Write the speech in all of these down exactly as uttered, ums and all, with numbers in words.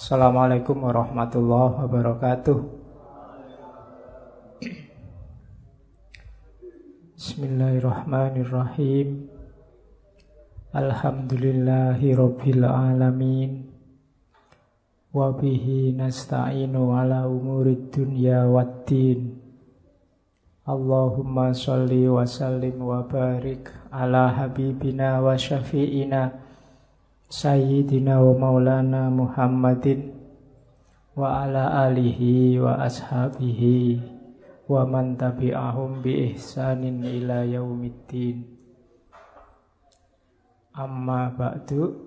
Assalamualaikum warahmatullahi wabarakatuh. Bismillahirrahmanirrahim. Alhamdulillahi rabbil alamin. Wa bihi nasta'inu ala umurid dunya waddin. Allahumma sholli wa sallim wa barik ala habibina wa syafi'ina Sayyidina wa maulana Muhammadin wa ala alihi wa ashabihi wa man tabi'ahum bi ihsanin ila yaumiddin. Amma ba'du.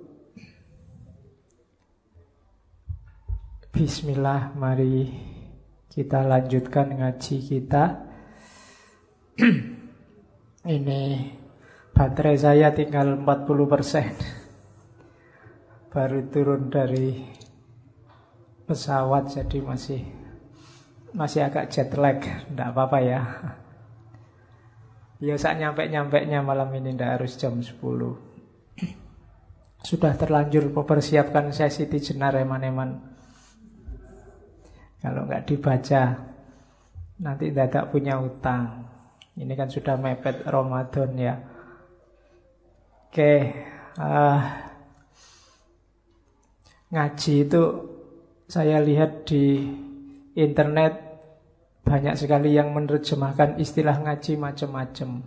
Bismillah, mari kita lanjutkan ngaji kita. Ini baterai saya tinggal empat puluh persen. Baru turun dari pesawat, jadi masih masih agak jet lag. Tidak apa-apa ya. Biasa nyampe-nyampenya malam ini, tidak harus jam sepuluh. Sudah terlanjur mempersiapkan sesi tijenar eman-eman. Kalau nggak dibaca nanti tidak punya utang. Ini kan sudah mepet Ramadan ya. Oke, uh, ngaji itu saya lihat di internet banyak sekali yang menerjemahkan istilah ngaji macam-macam.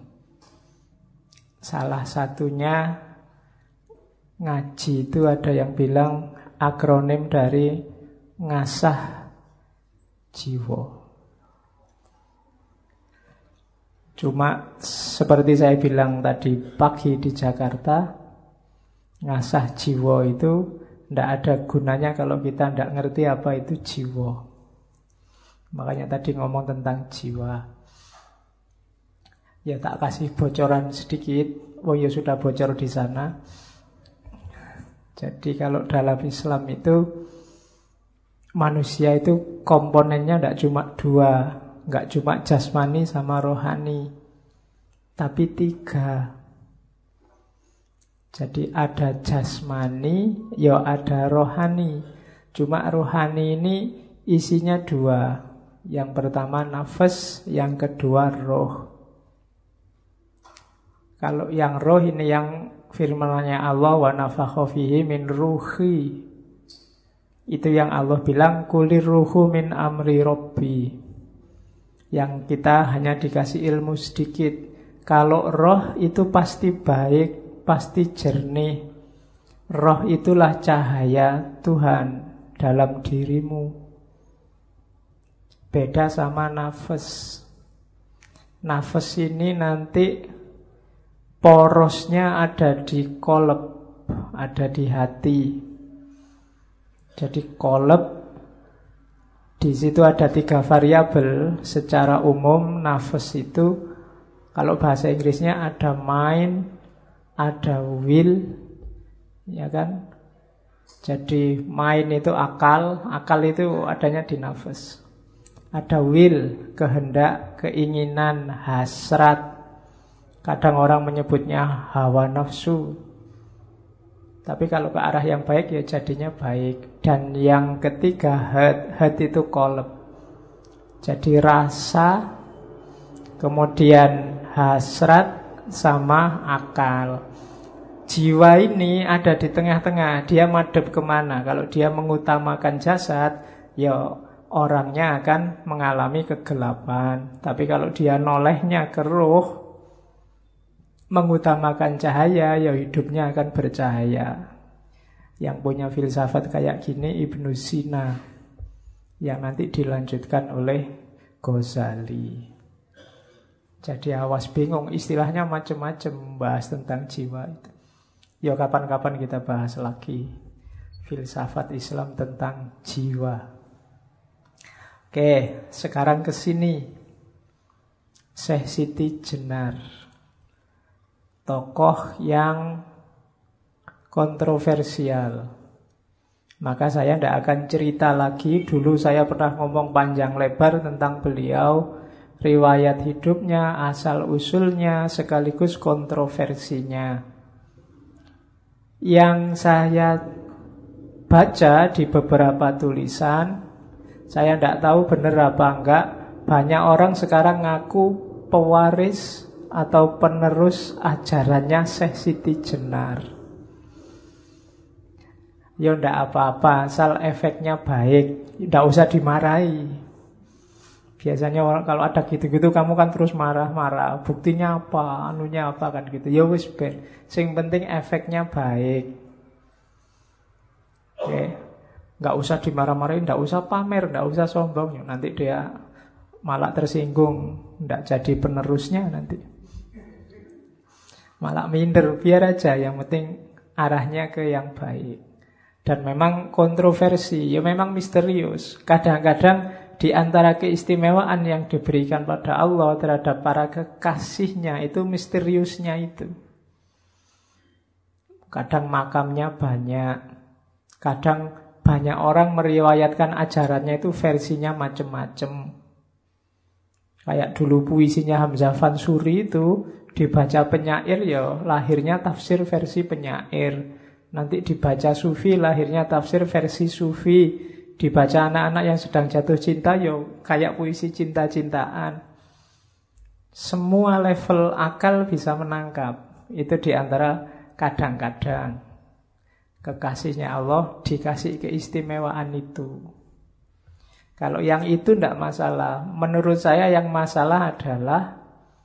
Salah satunya ngaji itu ada yang bilang akronim dari ngasah jiwa. Cuma seperti saya bilang tadi pagi di Jakarta, ngasah jiwa itu tidak ada gunanya kalau kita tidak ngerti apa itu jiwa. Makanya tadi ngomong tentang jiwa. Ya tak kasih bocoran sedikit. Oh ya sudah bocor di sana. Jadi kalau dalam Islam itu manusia itu komponennya tidak cuma dua. Tidak cuma jasmani sama rohani, tapi tiga. Jadi ada jasmani, ya ada rohani. Cuma rohani ini isinya dua. Yang pertama nafas, yang kedua roh. Kalau yang roh ini yang firman-Nya Allah, wa nafakha fihi min ruhi. Itu yang Allah bilang kulir ruhu min amri rabbi. Yang kita hanya dikasih ilmu sedikit. Kalau roh itu pasti baik, pasti jernih. Roh itulah cahaya Tuhan dalam dirimu. Beda sama nafas. Nafas ini nanti porosnya ada di kolab, ada di hati. Jadi kolab, di situ ada tiga variabel. Secara umum nafas itu, kalau bahasa Inggrisnya ada mind, ada will, ya kan? Jadi mind itu akal, akal itu adanya di nafas. Ada will, kehendak, keinginan, hasrat. Kadang orang menyebutnya hawa nafsu. Tapi kalau ke arah yang baik ya jadinya baik. Dan yang ketiga had, had itu kolab. Jadi rasa, kemudian hasrat sama akal. Jiwa ini ada di tengah-tengah. Dia madhep kemana? Kalau dia mengutamakan jasad, ya orangnya akan mengalami kegelapan. Tapi kalau dia nolehnya ke roh, mengutamakan cahaya, ya hidupnya akan bercahaya. Yang punya filsafat kayak gini Ibnu Sina, yang nanti dilanjutkan oleh Ghazali. Jadi awas bingung, istilahnya macam-macam bahas tentang jiwa itu. Ya kapan-kapan kita bahas lagi filsafat Islam tentang jiwa. Oke, sekarang ke sini. Syekh Siti Jenar, tokoh yang kontroversial. Maka saya tidak akan cerita lagi. Dulu saya pernah ngomong panjang lebar tentang beliau, riwayat hidupnya, asal-usulnya, sekaligus kontroversinya. Yang saya baca di beberapa tulisan, saya tidak tahu benar apa enggak, banyak orang sekarang ngaku pewaris atau penerus ajarannya Syekh Siti Jenar. Ya ndak apa-apa, asal efeknya baik, ndak usah dimarahi. Biasanya orang kalau ada gitu-gitu kamu kan terus marah-marah. Buktinya apa? Anunya apa kan gitu. Ya wis ben. Sing penting efeknya baik. Oke. Enggak usah dimarah-marahin, enggak usah pamer, enggak usah sombong. Nanti dia malah tersinggung, enggak jadi penerusnya nanti. Malah minder, biar aja yang penting arahnya ke yang baik. Dan memang kontroversi, ya memang misterius. Kadang-kadang di antara keistimewaan yang diberikan pada Allah terhadap para kekasihnya itu misteriusnya itu. Kadang makamnya banyak, kadang banyak orang meriwayatkan ajarannya itu versinya macam-macam. Kayak dulu puisinya Hamzah Fansuri itu dibaca penyair ya lahirnya tafsir versi penyair. Nanti dibaca sufi lahirnya tafsir versi sufi. Dibaca anak-anak yang sedang jatuh cinta, yo kayak puisi cinta-cintaan. Semua level akal bisa menangkap. Itu diantara kadang-kadang kekasihnya Allah dikasih keistimewaan itu. Kalau yang itu tidak masalah. Menurut saya yang masalah adalah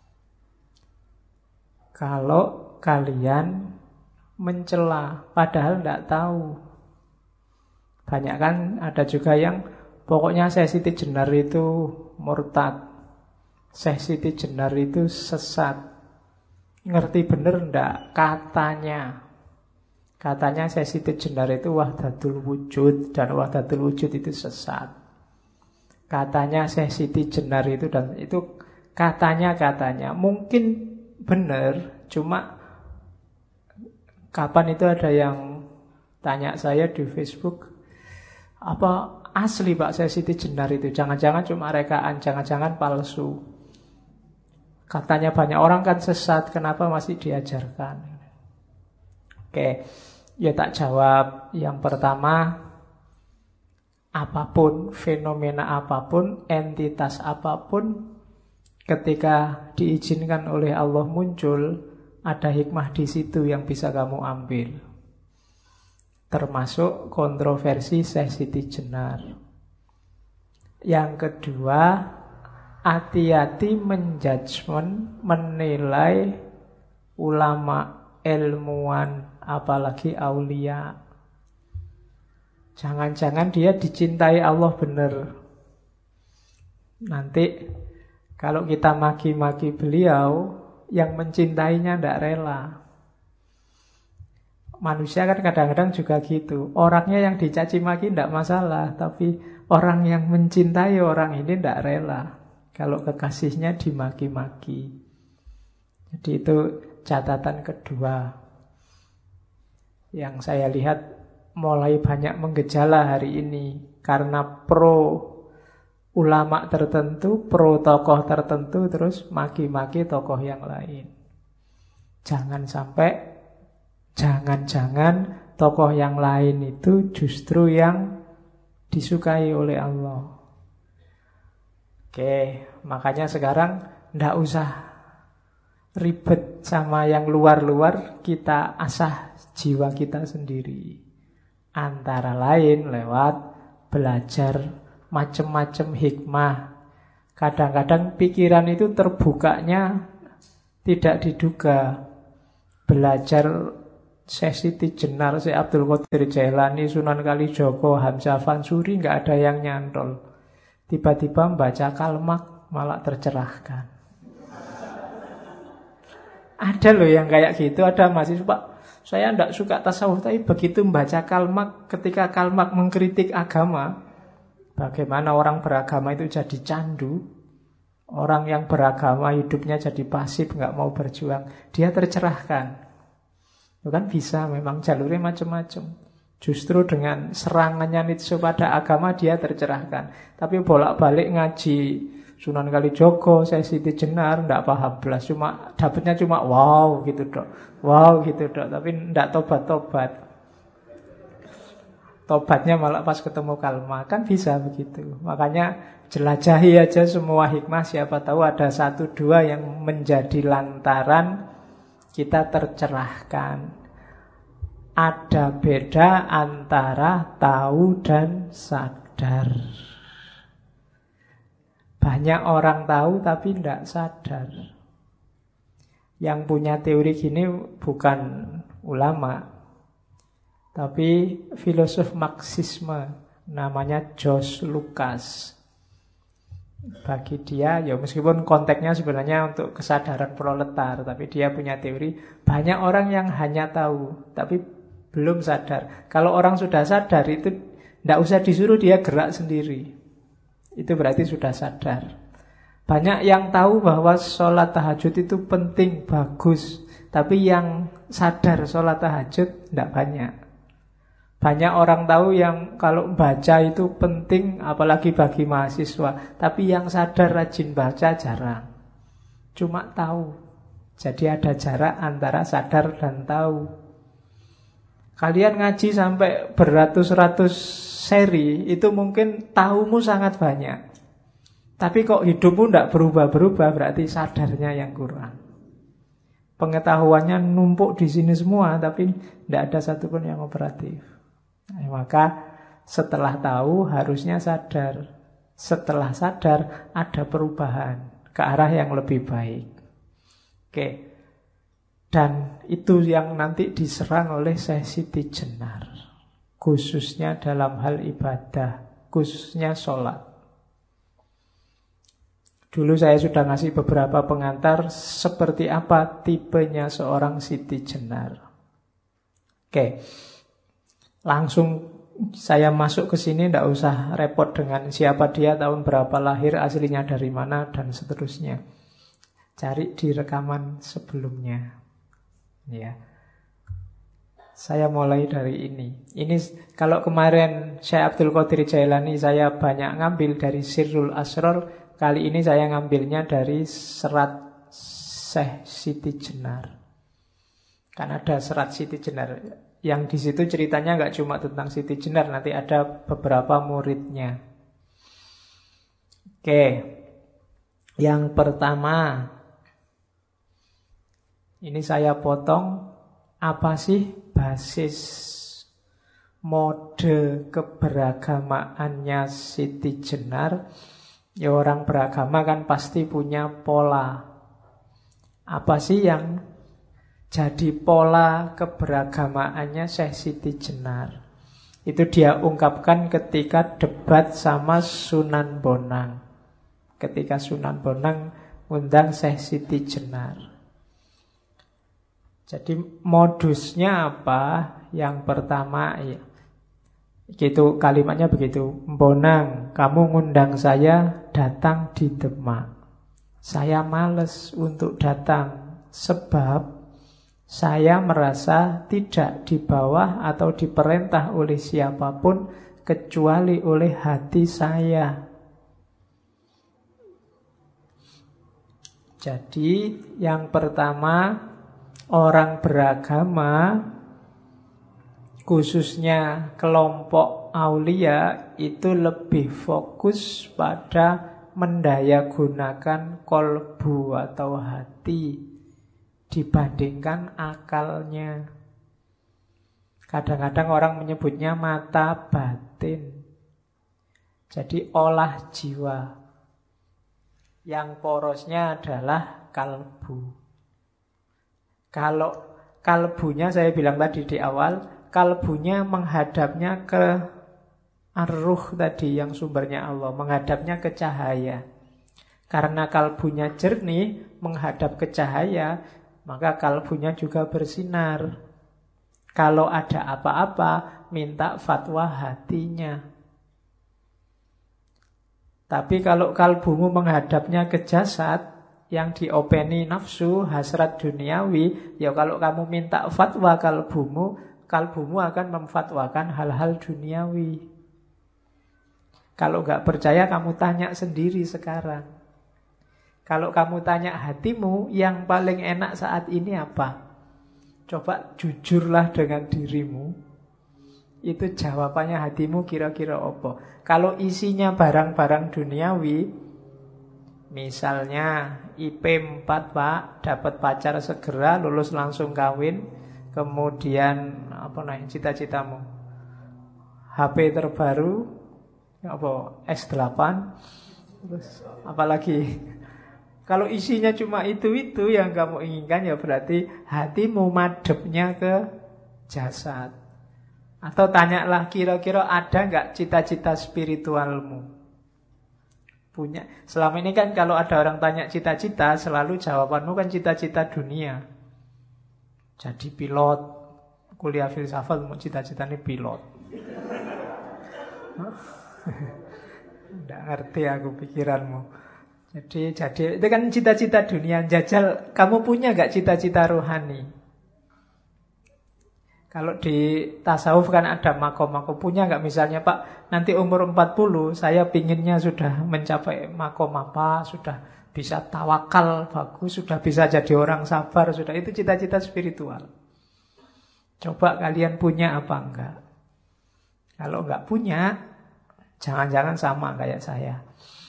kalau kalian mencela padahal tidak tahu. Banyak kan ada juga yang pokoknya Syekh Siti Jenar itu murtad, Syekh Siti Jenar itu sesat. Ngerti bener ndak? Katanya Katanya Syekh Siti Jenar itu wahdatul wujud, dan wahdatul wujud itu sesat. Katanya Syekh Siti Jenar itu, dan itu katanya-katanya mungkin benar, cuma kapan itu ada yang tanya saya di Facebook, apa asli Pak Syekh Siti Jenar itu? Jangan-jangan cuma rekaan, jangan-jangan palsu. Katanya banyak orang kan sesat, kenapa masih diajarkan? Oke, ya tak jawab. Yang pertama, apapun, fenomena apapun, entitas apapun, ketika diizinkan oleh Allah muncul, ada hikmah di situ yang bisa kamu ambil. Termasuk kontroversi Syekh Siti Jenar. Yang kedua, hati-hati menjudgment, menilai ulama, ilmuwan, apalagi aulia. Jangan-jangan dia dicintai Allah benar. Nanti kalau kita maki-maki beliau, yang mencintainya tidak rela. Manusia kan kadang-kadang juga gitu. Orangnya yang dicaci maki tidak masalah, tapi orang yang mencintai orang ini tidak rela kalau kekasihnya dimaki-maki. Jadi itu catatan kedua yang saya lihat mulai banyak menggejala hari ini. Karena pro ulama tertentu, pro tokoh tertentu, terus maki-maki tokoh yang lain. Jangan sampai jangan-jangan tokoh yang lain itu justru yang disukai oleh Allah. Oke, makanya sekarang ndak usah ribet sama yang luar-luar, kita asah jiwa kita sendiri. Antara lain lewat belajar macam-macam hikmah. Kadang-kadang pikiran itu terbukanya tidak diduga. Belajar Syekh Siti Jenar, Syekh Abdul Qadir Jailani, Sunan Kalijogo, Hamzah Fansuri, nggak ada yang nyantol. Tiba-tiba membaca kalmak malah tercerahkan. Ada loh yang kayak gitu, ada mahasiswa, Pak, saya tidak suka tasawuf, tapi begitu membaca kalmak, ketika kalmak mengkritik agama, bagaimana orang beragama itu jadi candu, orang yang beragama hidupnya jadi pasif, nggak mau berjuang, dia tercerahkan. Itu kan bisa, memang jalurnya macam-macam. Justru dengan serangannya Nietzsche pada agama dia tercerahkan. Tapi bolak-balik ngaji Sunan Kalijogo, Syekh Siti Jenar, tidak paham belas, cuma dapatnya cuma wow gitu dok, wow gitu dok, tapi tidak tobat-tobat. tobatnya malah pas ketemu kalma. Kan bisa begitu. Makanya jelajahi aja semua hikmah. Siapa tahu ada satu dua yang menjadi lantaran kita tercerahkan. Ada beda antara tahu dan sadar. Banyak orang tahu tapi tidak sadar. Yang punya teori gini bukan ulama, tapi filosof Marxisme, namanya George Lucas. Bagi dia, ya meskipun konteksnya sebenarnya untuk kesadaran proletar, tapi dia punya teori, banyak orang yang hanya tahu, tapi belum sadar. Kalau orang sudah sadar itu tidak usah disuruh, dia gerak sendiri. Itu berarti sudah sadar. Banyak yang tahu bahwa sholat tahajud itu penting, bagus, tapi yang sadar sholat tahajud tidak banyak. Banyak orang tahu yang kalau baca itu penting, apalagi bagi mahasiswa, tapi yang sadar rajin baca jarang. Cuma tahu. Jadi ada jarak antara sadar dan tahu. Kalian ngaji sampai beratus-ratus seri, itu mungkin tahumu sangat banyak. Tapi kok hidupmu tidak berubah-berubah, berarti sadarnya yang kurang. Pengetahuannya numpuk di sini semua, tapi tidak ada satupun yang operatif. Nah, maka setelah tahu harusnya sadar. Setelah sadar ada perubahan ke arah yang lebih baik. Oke. Dan itu yang nanti diserang oleh Syekh Siti Jenar, khususnya dalam hal ibadah, khususnya sholat. Dulu saya sudah ngasih beberapa pengantar seperti apa tipenya seorang Siti Jenar. Oke, langsung saya masuk ke sini, tidak usah repot dengan siapa dia, tahun berapa lahir, aslinya dari mana, dan seterusnya. Cari di rekaman sebelumnya. Ya, saya mulai dari ini. Ini kalau kemarin Syekh Abdul Qadir Jailani saya banyak ngambil dari Sirrul Asrar, kali ini saya ngambilnya dari serat Syekh Siti Jenar. Kan ada serat Siti Jenar. Yang di situ ceritanya nggak cuma tentang Siti Jenar, nanti ada beberapa muridnya. Oke, yang pertama. Ini saya potong, apa sih basis mode keberagamaannya Siti Jenar? Ya orang beragama kan pasti punya pola. Apa sih yang jadi pola keberagamaannya Syekh Siti Jenar? Itu dia ungkapkan ketika debat sama Sunan Bonang. Ketika Sunan Bonang undang Syekh Siti Jenar. Jadi modusnya apa? Yang pertama ya, gitu kalimatnya begitu. Bonang, kamu ngundang saya datang di Demak. Saya males untuk datang sebab saya merasa tidak di bawah atau diperintah oleh siapapun kecuali oleh hati saya. Jadi yang pertama, orang beragama, khususnya kelompok aulia, itu lebih fokus pada mendayagunakan kolbu atau hati dibandingkan akalnya. Kadang-kadang orang menyebutnya mata batin. Jadi olah jiwa. Yang porosnya adalah kalbu. Kalau kalbunya, saya bilang tadi di awal, kalbunya menghadapnya ke ar-ruh tadi yang sumbernya Allah, menghadapnya ke cahaya. Karena kalbunya jernih, menghadap ke cahaya, maka kalbunya juga bersinar. Kalau ada apa-apa, minta fatwa hatinya. Tapi kalau kalbumu menghadapnya ke jasad, yang diopeni nafsu, hasrat duniawi, ya kalau kamu minta fatwa kalbumu, kalbumu akan memfatwakan hal-hal duniawi. Kalau nggak percaya, kamu tanya sendiri sekarang. Kalau kamu tanya hatimu, yang paling enak saat ini apa? Coba jujurlah dengan dirimu. Itu jawabannya hatimu kira-kira apa? Kalau isinya barang-barang duniawi, misalnya I P empat Pak, dapat pacar segera, lulus langsung kawin, kemudian apa namanya cita-citamu? H P terbaru, apa S delapan, terus apalagi? Kalau isinya cuma itu-itu yang kamu inginkan, ya berarti hatimu madepnya ke jasad. Atau tanyalah kira-kira ada nggak cita-cita spiritualmu? Punya. Selama ini kan kalau ada orang tanya cita-cita, selalu jawabanmu kan cita-cita dunia. Jadi pilot, kuliah filsafat, mau cita-citanya pilot. Nggak ngerti aku pikiranmu. Jadi, jadi itu kan cita-cita dunia. Jajal, kamu punya nggak cita-cita rohani? Kalau di tasawuf kan ada makom-makom. Punya nggak misalnya Pak, nanti umur empat puluh saya pinginnya sudah mencapai makom apa, sudah bisa tawakal bagus, sudah bisa jadi orang sabar, sudah. Itu cita-cita spiritual. Coba kalian punya apa enggak? Kalau enggak punya, jangan-jangan sama kayak saya.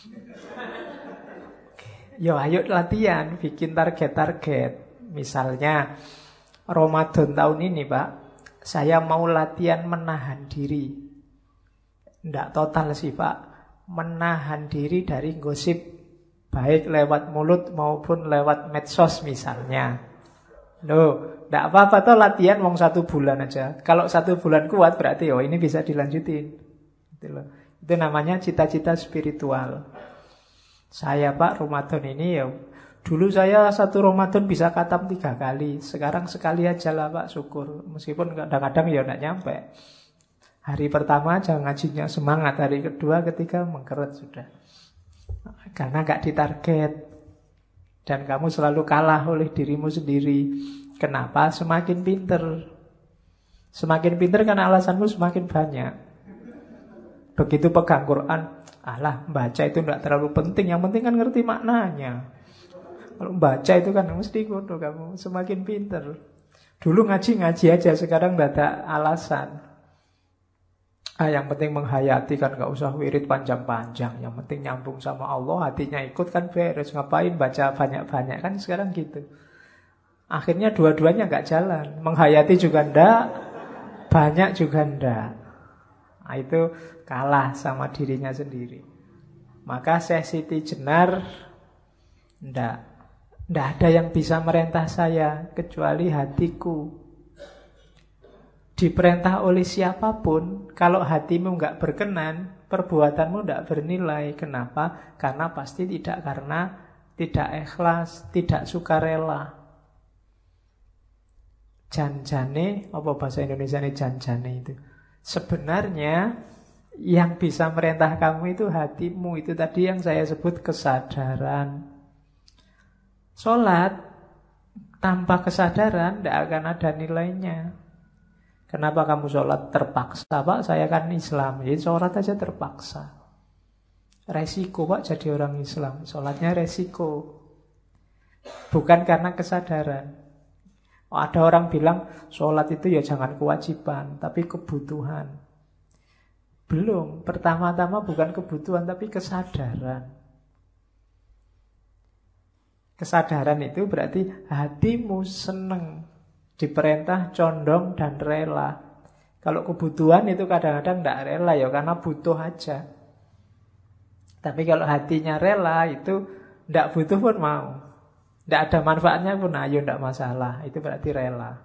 Yo ayo latihan, bikin target-target. Misalnya Ramadan tahun ini Pak, saya mau latihan menahan diri. Tidak total sih Pak, menahan diri dari gosip, baik lewat mulut maupun lewat medsos misalnya. Loh, tidak apa-apa toh latihan wong satu bulan aja. Kalau satu bulan kuat berarti oh ini bisa dilanjutin. Itu loh. Itu namanya cita-cita spiritual. Saya Pak Ramadan ini ya, dulu saya satu Ramadan bisa khatam tiga kali. Sekarang sekali aja lah Pak, syukur. Meskipun kadang-kadang ya tidak nyampe. Hari pertama aja ngajinya semangat, hari kedua, ketiga mengkeret sudah. Karena gak ditarget. Dan kamu selalu kalah oleh dirimu sendiri. Kenapa? Semakin pinter. Semakin pinter karena alasanmu semakin banyak. Begitu pegang Quran, alah baca itu tidak terlalu penting. Yang penting kan ngerti maknanya. Kalau baca itu kan mesti kudu kamu semakin pinter. Dulu ngaji-ngaji aja, sekarang tidak ada alasan. Ah, yang penting menghayati kan, gak usah wirid panjang-panjang. Yang penting nyambung sama Allah, hatinya ikut kan beres. Ngapain baca banyak-banyak kan sekarang gitu. Akhirnya dua-duanya gak jalan. Menghayati juga ndak, banyak juga ndak. Nah, itu kalah sama dirinya sendiri. Maka Syekh Siti Jenar ndak, ndak ada yang bisa merintah saya kecuali hatiku. Diperintah oleh siapapun, kalau hatimu nggak berkenan, perbuatanmu nggak bernilai. Kenapa? Karena pasti tidak karena tidak ikhlas, tidak sukarela. Janjane, apa bahasa Indonesia ini janjane itu? Sebenarnya yang bisa merintah kamu itu hatimu. Itu tadi yang saya sebut kesadaran. Sholat tanpa kesadaran tidak akan ada nilainya. Kenapa kamu sholat terpaksa Pak? Saya kan Islam, jadi sholat aja terpaksa. Resiko Pak jadi orang Islam, sholatnya resiko. Bukan karena kesadaran. Oh, ada orang bilang sholat itu ya jangan kewajiban, tapi kebutuhan. Belum, pertama-tama bukan kebutuhan, tapi kesadaran. Kesadaran itu berarti hatimu seneng, diperintah, condong, dan rela. Kalau kebutuhan itu kadang-kadang tidak rela ya, karena butuh aja. Tapi kalau hatinya rela itu tidak butuh pun mau. Tidak ada manfaatnya pun ayo tidak masalah. Itu berarti rela.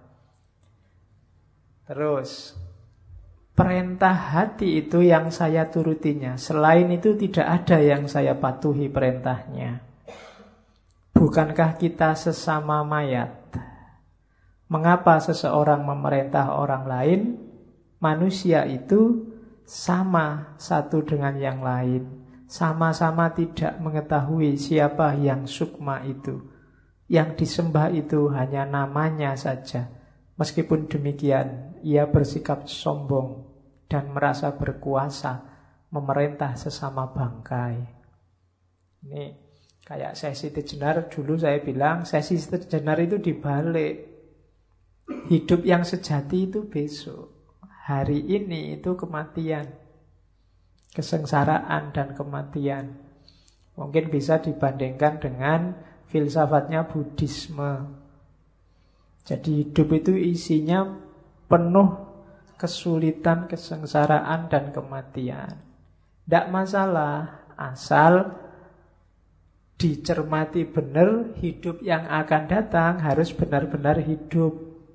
Terus perintah hati itu yang saya turutinya. Selain itu tidak ada yang saya patuhi perintahnya. Bukankah kita sesama mayat? Mengapa seseorang memerintah orang lain? Manusia itu sama satu dengan yang lain. Sama-sama tidak mengetahui siapa yang sukma itu. Yang disembah itu hanya namanya saja. Meskipun demikian, ia bersikap sombong dan merasa berkuasa memerintah sesama bangkai. Ini kayak Syekh Siti Jenar, dulu saya bilang Syekh Siti Jenar itu dibalik. Hidup yang sejati itu besok. hari ini itu kematian, kesengsaraan dan kematian. Mungkin bisa dibandingkan dengan filsafatnya Buddhisme. Jadi hidup itu isinya penuh kesulitan, kesengsaraan dan kematian. Tidak masalah, asal dicermati benar, hidup yang akan datang harus benar-benar hidup.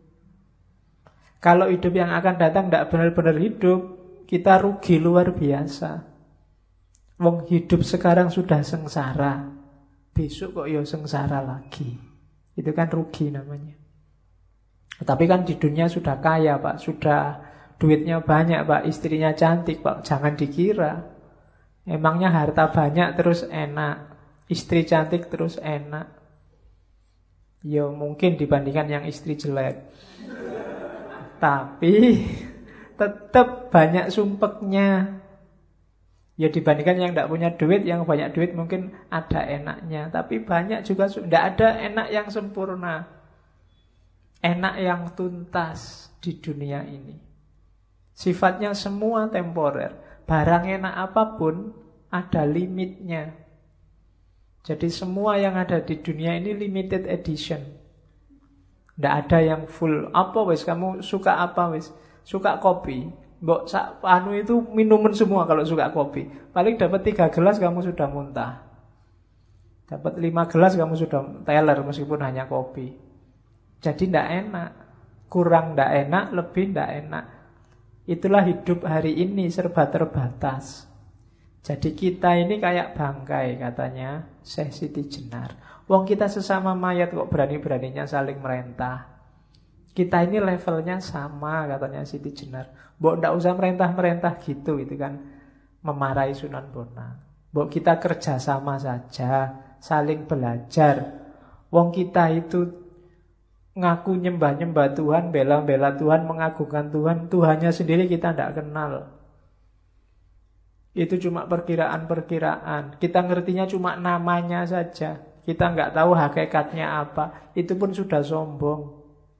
Kalau hidup yang akan datang tidak benar-benar hidup, kita rugi luar biasa. Wong hidup sekarang sudah sengsara, besok kok ya sengsara lagi. Itu kan rugi namanya. Tapi kan di dunia sudah kaya Pak, sudah duitnya banyak Pak, istrinya cantik Pak. Jangan dikira emangnya harta banyak terus enak, istri cantik terus enak. Ya mungkin dibandingkan yang istri jelek. Tapi tetap banyak sumpeknya. Ya dibandingkan yang tidak punya duit, yang banyak duit mungkin ada enaknya. Tapi banyak juga, tidak ada enak yang sempurna, enak yang tuntas di dunia ini. Sifatnya semua temporer. Barang enak apapun ada limitnya. Jadi semua yang ada di dunia ini limited edition. Tidak ada yang full. Apa wis, kamu suka apa wis? Suka kopi, mbok sak anu itu minuman semua kalau suka kopi. Paling dapat tiga gelas kamu sudah muntah. Dapat lima gelas kamu sudah teler meskipun hanya kopi. Jadi tidak enak. Kurang tidak enak, lebih tidak enak. Itulah hidup hari ini, serba terbatas. Jadi kita ini kayak bangkai, katanya Syekh Siti Jenar. Wong kita sesama mayat kok berani-beraninya saling merentah. Kita ini levelnya sama, katanya Siti Jenar. Mbok ndak usah merentah-merentah gitu, itu kan memarahi Sunan Bonang. Mbok kita kerja sama saja, saling belajar. Wong kita itu ngaku nyembah-nyembah Tuhan, bela-bela Tuhan, mengagungkan Tuhan, Tuhannya sendiri kita tidak kenal. Itu cuma perkiraan-perkiraan. Kita ngertinya cuma namanya saja. Kita nggak tahu hakikatnya apa. Itu pun sudah sombong.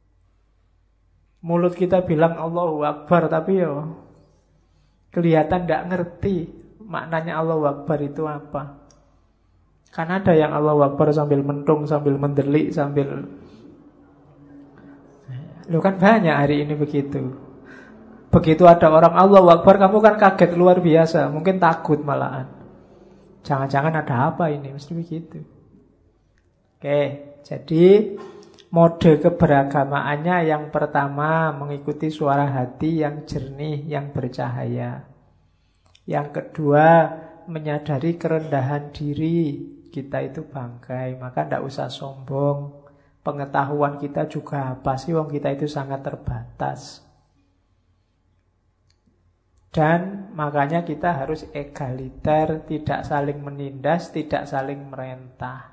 Mulut kita bilang Allahu Akbar, tapi yo kelihatan nggak ngerti maknanya Allahu Akbar itu apa. Kan ada yang Allahu Akbar sambil mentung, sambil mendelik, sambil... Lu kan banyak hari ini begitu. Begitu ada orang Allahu Akbar, kamu kan kaget luar biasa. Mungkin takut malahan. Jangan-jangan ada apa ini, mesti begitu. Oke, jadi mode keberagamaannya yang pertama mengikuti suara hati yang jernih, yang bercahaya. Yang kedua menyadari kerendahan diri. Kita itu bangkai, maka tidak usah sombong. Pengetahuan kita juga apa sih, wong kita itu sangat terbatas. Dan makanya kita harus egaliter, tidak saling menindas, tidak saling merentah.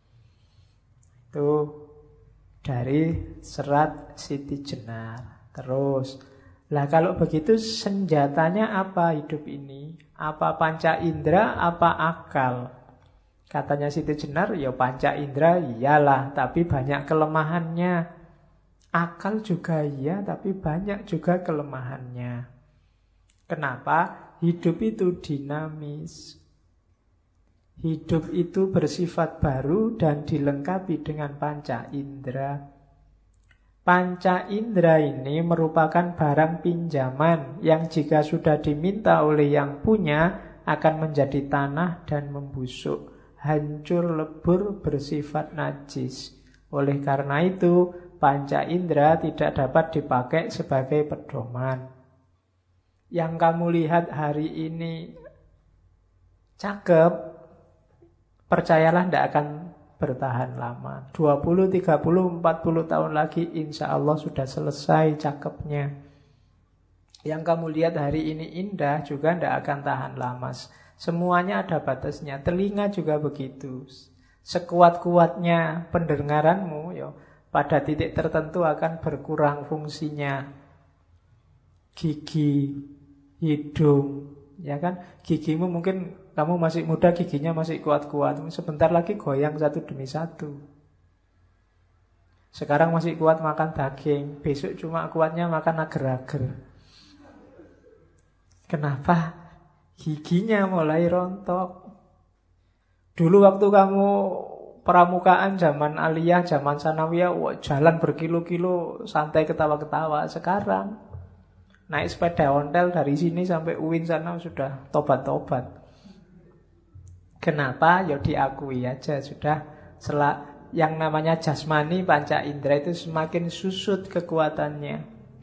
Itu dari serat Siti Jenar. Terus, lah kalau begitu senjatanya apa hidup ini? Apa panca indera, apa akal? Katanya Siti Jenar, ya panca indera iyalah, tapi banyak kelemahannya. Akal juga iya, tapi banyak juga kelemahannya. Kenapa? Hidup itu dinamis. Hidup itu bersifat baru dan dilengkapi dengan panca indera. Panca indera ini merupakan barang pinjaman yang jika sudah diminta oleh yang punya akan menjadi tanah dan membusuk, hancur lebur, bersifat najis. Oleh karena itu, panca indera tidak dapat dipakai sebagai pedoman. Yang kamu lihat hari ini cakep, percayalah tidak akan bertahan lama. dua puluh, tiga puluh, empat puluh tahun lagi insya Allah sudah selesai cakepnya. Yang kamu lihat hari ini indah juga tidak akan tahan lama. Semuanya ada batasnya. Telinga juga begitu. Sekuat-kuatnya pendengaranmu, yo, pada titik tertentu akan berkurang fungsinya. Gigi, hidung, ya kan? Gigimu mungkin kamu masih muda, giginya masih kuat-kuat. Sebentar lagi goyang satu demi satu. Sekarang masih kuat makan daging, besok cuma kuatnya makan agar-agar. Kenapa? Giginya mulai rontok. Dulu waktu kamu pramukaan zaman aliyah, zaman sanawiyah, wah, jalan berkilo-kilo santai ketawa-ketawa. Sekarang naik sepeda ontel dari sini sampai U I N sana sudah tobat-tobat. Kenapa? Ya diakui aja sudah selak yang namanya jasmani panca indera itu semakin susut kekuatannya.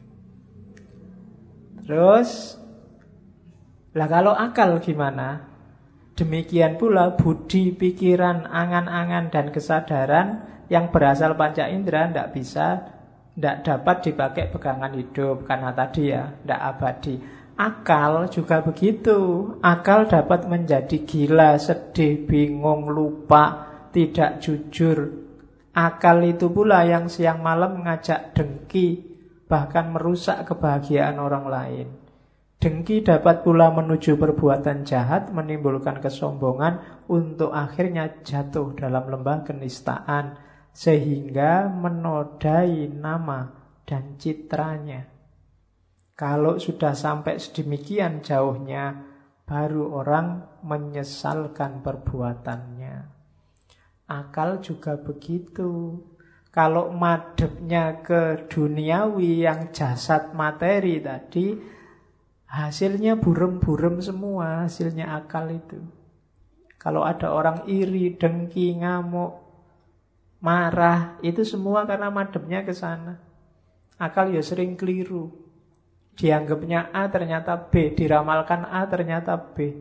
Terus lah kalau akal gimana? Demikian pula budi, pikiran, angan-angan dan kesadaran yang berasal panca indera tidak bisa, tidak dapat dipakai pegangan hidup karena tadi ya tidak abadi. Akal juga begitu. Akal dapat menjadi gila, sedih, bingung, lupa, tidak jujur. Akal itu pula yang siang malam mengajak dengki, bahkan merusak kebahagiaan orang lain. Dengki dapat pula menuju perbuatan jahat, menimbulkan kesombongan, untuk akhirnya jatuh dalam lembah kenistaan, sehingga menodai nama dan citranya. Kalau sudah sampai sedemikian jauhnya, baru orang menyesalkan perbuatannya. Akal juga begitu. Kalau madepnya ke duniawi yang jasad materi tadi, hasilnya burem-burem semua, hasilnya akal itu. Kalau ada orang iri, dengki, ngamuk, marah, itu semua karena madepnya ke sana. Akal ya sering keliru. Dianggapnya A ternyata B, diramalkan A ternyata B.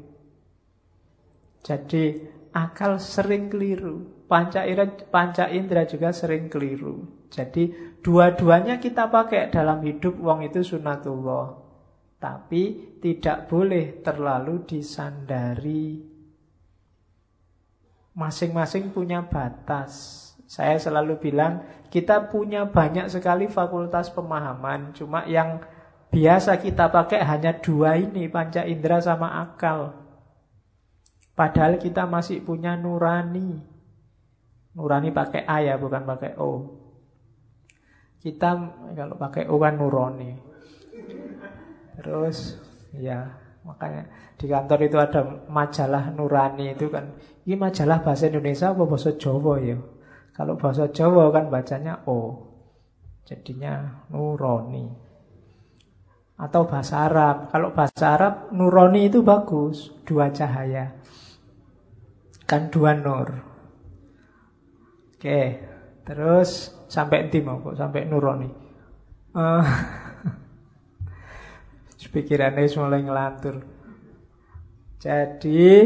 Jadi akal sering keliru. Panca indera, panca indera juga sering keliru. Jadi dua-duanya kita pakai dalam hidup, wong itu sunatullah. Tapi tidak boleh terlalu disandari. Masing-masing punya batas. Saya selalu bilang, kita punya banyak sekali fakultas pemahaman. Cuma yang biasa kita pakai hanya dua ini, panca indera sama akal. Padahal kita masih punya nurani. Nurani pakai A ya, bukan pakai O. Kita kalau pakai O kan nurani. Terus ya makanya di kantor itu ada majalah nurani itu kan. Ini majalah bahasa Indonesia apa bahasa Jawa ya? Kalau bahasa Jawa kan bacanya O, jadinya nurani. Atau bahasa Arab. Kalau bahasa Arab nurani itu bagus, dua cahaya. Kan dua nur. Oke, terus sampai nanti mau kok sampai nurani. Uh, Pikirannya mulai ngelantur. Jadi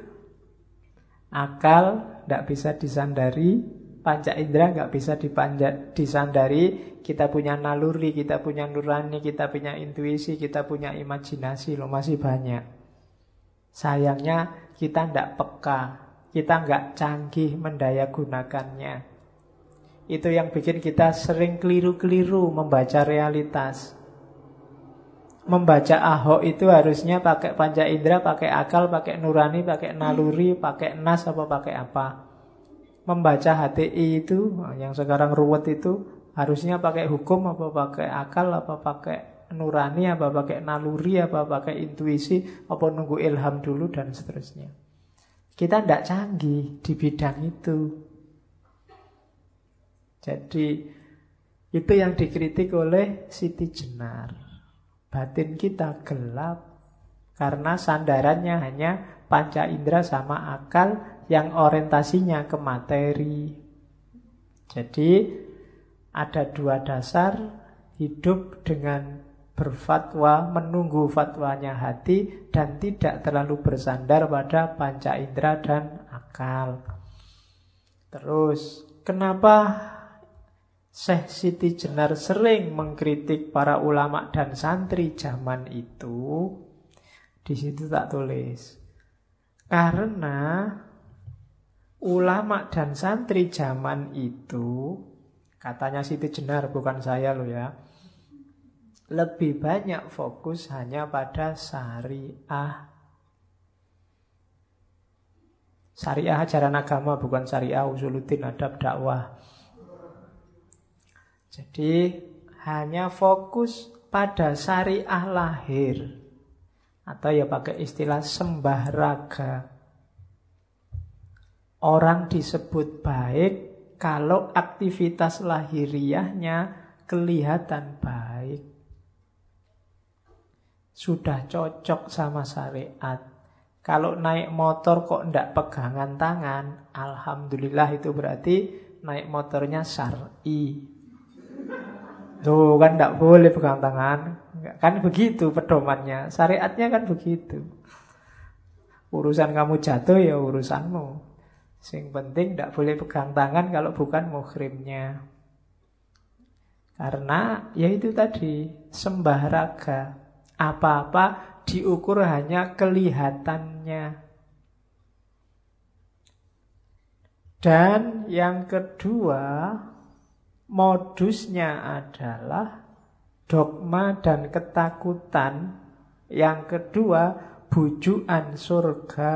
akal tidak bisa disandari, panca indera nggak bisa dipanjat, disandari. Kita punya naluri, kita punya nurani, kita punya intuisi, kita punya imajinasi, loh masih banyak. Sayangnya kita tidak peka, kita nggak canggih mendaya gunakannya. Itu yang bikin kita sering keliru-keliru membaca realitas. Membaca Ahok itu harusnya pakai panca indera, pakai akal, pakai nurani, pakai naluri, pakai nas apa pakai apa. Membaca H T I itu yang sekarang ruwet itu harusnya pakai hukum apa pakai akal, apa pakai nurani, apa pakai naluri, apa pakai intuisi, apa nunggu ilham dulu dan seterusnya. Kita tidak canggih di bidang itu. Jadi itu yang dikritik oleh Siti Jenar. Batin kita gelap karena sandarannya hanya panca indera sama akal yang orientasinya ke materi. Jadi ada dua dasar hidup dengan berfatwa, menunggu fatwanya hati dan tidak terlalu bersandar pada panca indera dan akal. Terus kenapa Syekh Siti Jenar sering mengkritik para ulama dan santri zaman itu? Di situ tak tulis. Karena ulama dan santri zaman itu, katanya Siti Jenar, bukan saya loh ya, lebih banyak fokus hanya pada syariah. Syariah ajaran agama, bukan syariah usuluddin adab dakwah. Jadi hanya fokus pada syariah lahir. Atau ya pakai istilah sembah raga. Orang disebut baik kalau aktivitas lahiriahnya kelihatan baik. Sudah cocok sama syariat. Kalau naik motor kok ndak pegangan tangan, alhamdulillah itu berarti naik motornya syar'i. Tuh kan ndak boleh pegang tangan. Kan begitu pedomannya. Syariatnya kan begitu. Urusan kamu jatuh ya urusanmu. Yang penting ndak boleh pegang tangan kalau bukan muhrimnya. Karena ya itu tadi, sembah raga. Apa-apa diukur hanya kelihatannya. Dan yang kedua, modusnya adalah dogma dan ketakutan. Yang kedua, bujukan surga.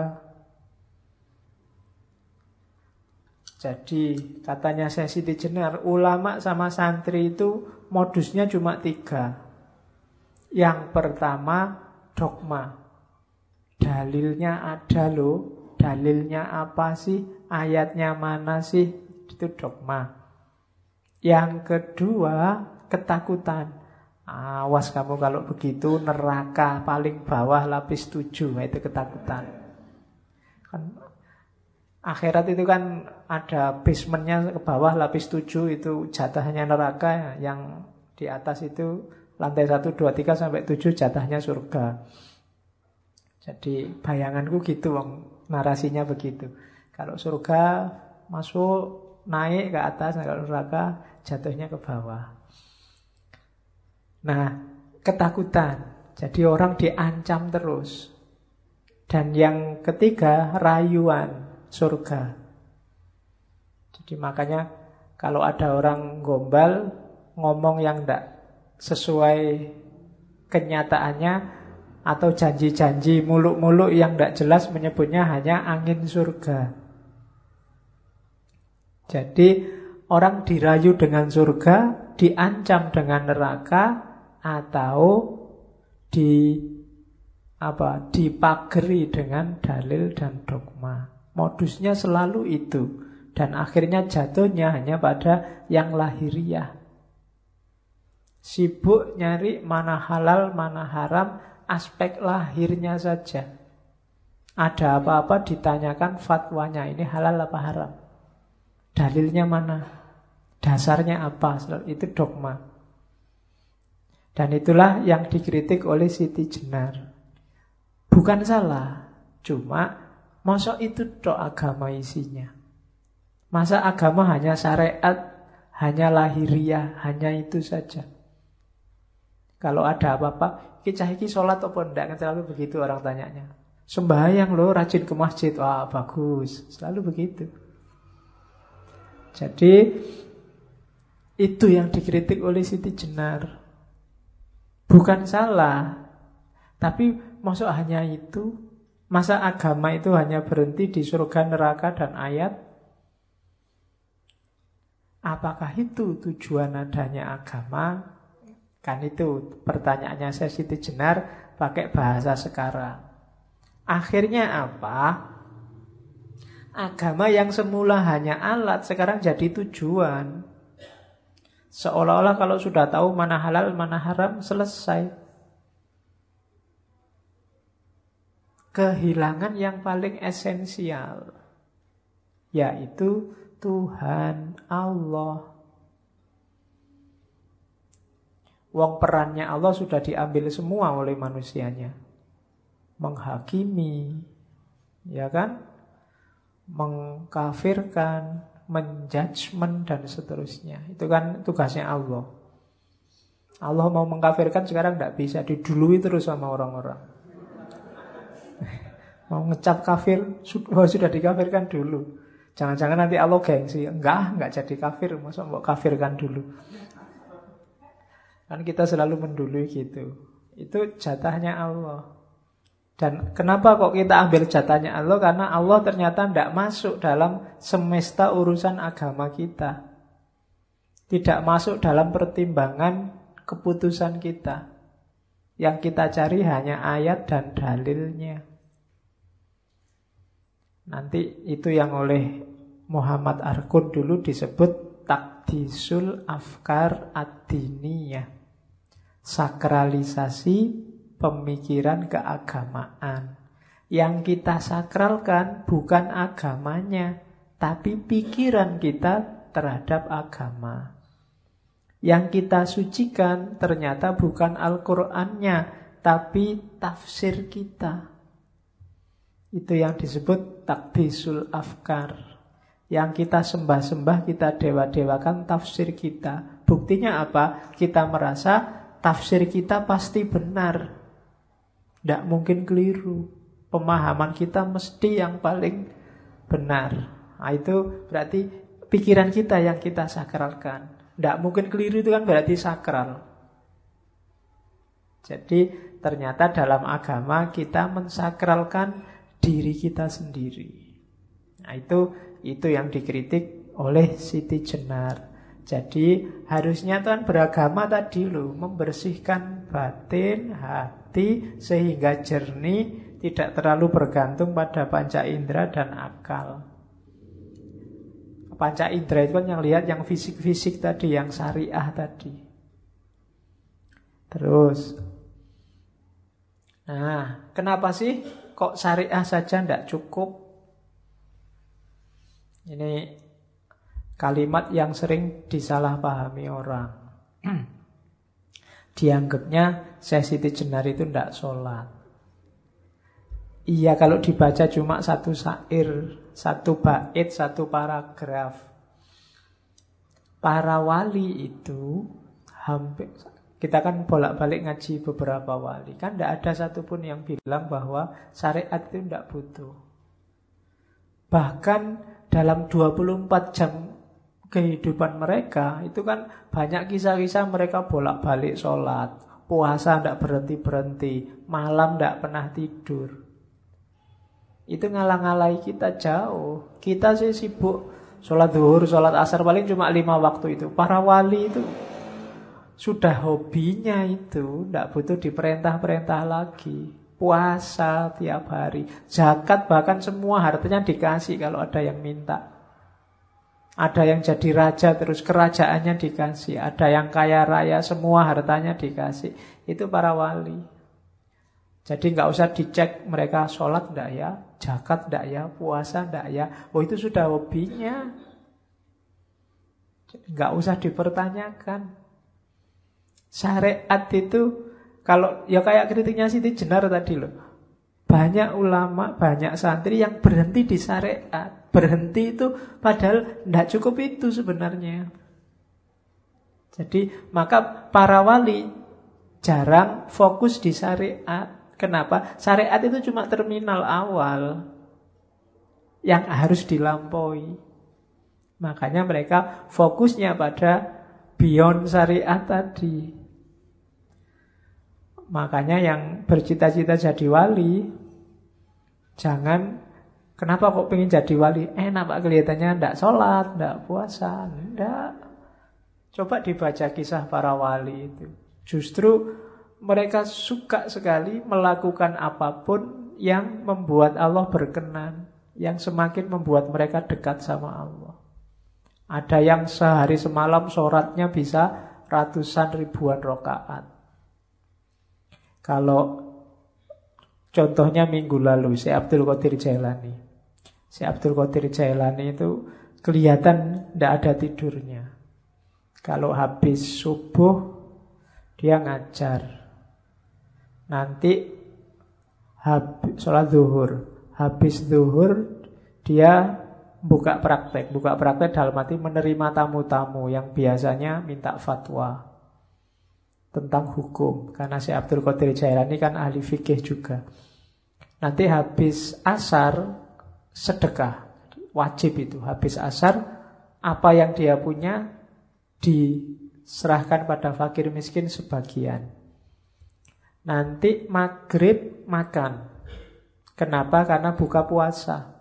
Jadi katanya Syekh Siti Jenar, ulama sama santri itu modusnya cuma tiga. Yang pertama, dogma. Dalilnya ada loh. Dalilnya apa sih? Ayatnya mana sih? Itu dogma. Yang kedua, ketakutan. Awas kamu kalau begitu, neraka paling bawah lapis tujuh. Itu ketakutan. Kan akhirat itu kan ada basementnya ke bawah lapis tujuh, itu jatahnya neraka. Yang di atas itu lantai satu, dua, tiga, sampai tujuh jatahnya surga. Jadi bayanganku gitu, wong narasinya begitu. Kalau surga masuk, naik ke atas, kalau neraka jatuhnya ke bawah. Nah, ketakutan. Jadi orang diancam terus. Dan yang ketiga, rayuan surga. Jadi makanya kalau ada orang gombal, ngomong yang enggak sesuai kenyataannya, atau janji-janji muluk-muluk yang tidak jelas, menyebutnya hanya angin surga. Jadi orang dirayu dengan surga, diancam dengan neraka, atau di apa dipageri dengan dalil dan dogma. Modusnya selalu itu, dan akhirnya jatuhnya hanya pada yang lahiriah. Sibuk nyari mana halal, mana haram, aspek lahirnya saja. Ada apa-apa ditanyakan fatwanya, ini halal apa haram, dalilnya mana, dasarnya apa, itu dogma. Dan itulah yang dikritik oleh Siti Jenar. Bukan salah, cuma masa itu tok agama isinya. Masa agama hanya syariat, hanya lahiriah, hanya itu saja. Kalau ada apa-apa, kicah iki sholat apa enggak, kan selalu begitu orang tanyanya. Sembahyang loh, rajin ke masjid, wah bagus, selalu begitu. Jadi itu yang dikritik oleh Siti Jenar. Bukan salah, tapi maksud hanya itu. Masa agama itu hanya berhenti di surga, neraka, dan ayat? Apakah itu tujuan adanya agama? Kan itu pertanyaannya saya Siti Jenar pakai bahasa sekarang. Akhirnya apa? Agama yang semula hanya alat sekarang jadi tujuan. Seolah-olah kalau sudah tahu mana halal, mana haram, selesai. Kehilangan yang paling esensial, yaitu Tuhan Allah. Wong perannya Allah sudah diambil semua oleh manusianya. Menghakimi, ya kan? Mengkafirkan, menjudgment, dan seterusnya. Itu kan tugasnya Allah. Allah mau mengkafirkan sekarang tidak bisa, didului terus sama orang-orang. Mau ngecap kafir, sudah, sudah dikafirkan dulu. Jangan-jangan nanti Allah gengsi. Enggak, enggak jadi kafir, masa mau kafirkan dulu. Kan kita selalu mendului gitu. Itu jatahnya Allah. Dan kenapa kok kita ambil jatahnya Allah? Karena Allah ternyata tidak masuk dalam semesta urusan agama kita. Tidak masuk dalam pertimbangan keputusan kita. Yang kita cari hanya ayat dan dalilnya. Nanti itu yang oleh Muhammad Arkun dulu disebut takdisul afkar ad-diniyah. Sakralisasi pemikiran keagamaan. Yang kita sakralkan bukan agamanya, tapi pikiran kita terhadap agama. Yang kita sucikan ternyata bukan Al-Qur'annya, tapi tafsir kita. Itu yang disebut takdisul afkar. Yang kita sembah-sembah, kita dewa-dewakan tafsir kita. Buktinya apa? Kita merasa tafsir kita pasti benar. Tidak mungkin keliru. Pemahaman kita mesti yang paling benar. Nah, itu berarti pikiran kita yang kita sakralkan. Tidak mungkin keliru, itu kan berarti sakral. Jadi ternyata dalam agama kita mensakralkan diri kita sendiri. Nah, itu itu yang dikritik oleh Siti Jenar. Jadi harusnya kan beragama tadi loh, membersihkan batin, hati sehingga jernih, tidak terlalu bergantung pada panca indera dan akal. Panca indera itu kan yang lihat yang fisik-fisik tadi, yang syariah tadi. Terus, nah, kenapa sih kok syariah saja tidak cukup? Ini kalimat yang sering disalahpahami orang. Dianggapnya Syekh Siti Jenar itu tidak sholat. Iya, kalau dibaca cuma satu syair, satu bait, satu paragraf. Para wali itu hampir, kita kan bolak-balik ngaji beberapa wali, kan tidak ada satupun yang bilang bahwa syariat itu tidak butuh. Bahkan dalam dua puluh empat jam kehidupan mereka, itu kan banyak kisah-kisah mereka bolak-balik sholat, puasa tidak berhenti-berhenti, malam tidak pernah tidur. Itu ngalang-ngalai kita jauh. Kita sih sibuk sholat zuhur, sholat asar, paling cuma lima waktu itu. Para wali itu sudah hobinya itu, tidak butuh diperintah-perintah lagi. Puasa tiap hari, zakat bahkan semua hartanya dikasih kalau ada yang minta. Ada yang jadi raja terus kerajaannya dikasih. Ada yang kaya raya semua hartanya dikasih. Itu para wali. Jadi nggak usah dicek mereka sholat enggak ya, zakat enggak ya, puasa enggak ya. Oh, itu sudah hobinya. Nggak usah dipertanyakan. Syariat itu, kalau ya kayak kritiknya Siti Jenar tadi loh. Banyak ulama, banyak santri yang berhenti di syariat. Berhenti itu padahal enggak cukup itu sebenarnya. Jadi maka para wali jarang fokus di syariat. Kenapa? Syariat itu cuma terminal awal yang harus dilampaui. Makanya mereka fokusnya pada beyond syariat tadi. Makanya yang bercita-cita jadi wali, jangan, kenapa kok pengen jadi wali? Enak Pak, kelihatannya tidak sholat, tidak puasa. Tidak. Coba dibaca kisah para wali itu. Justru mereka suka sekali melakukan apapun yang membuat Allah berkenan, yang semakin membuat mereka dekat sama Allah. Ada yang sehari semalam sholatnya bisa ratusan ribuan rakaat. Kalau contohnya minggu lalu, Syekh Abdul Qadir Jailani. Syekh Abdul Qadir Jailani itu kelihatan tidak ada tidurnya. Kalau habis subuh, dia ngajar. Nanti habis sholat zuhur, habis zuhur dia buka praktek. Buka praktek dalam arti menerima tamu-tamu yang biasanya minta fatwa tentang hukum. Karena Syekh Abdul Qadir Jailani kan ahli fikih juga. Nanti habis asar sedekah, wajib itu. Habis asar apa yang dia punya diserahkan pada fakir miskin sebagian. Nanti maghrib makan. Kenapa? Karena buka puasa.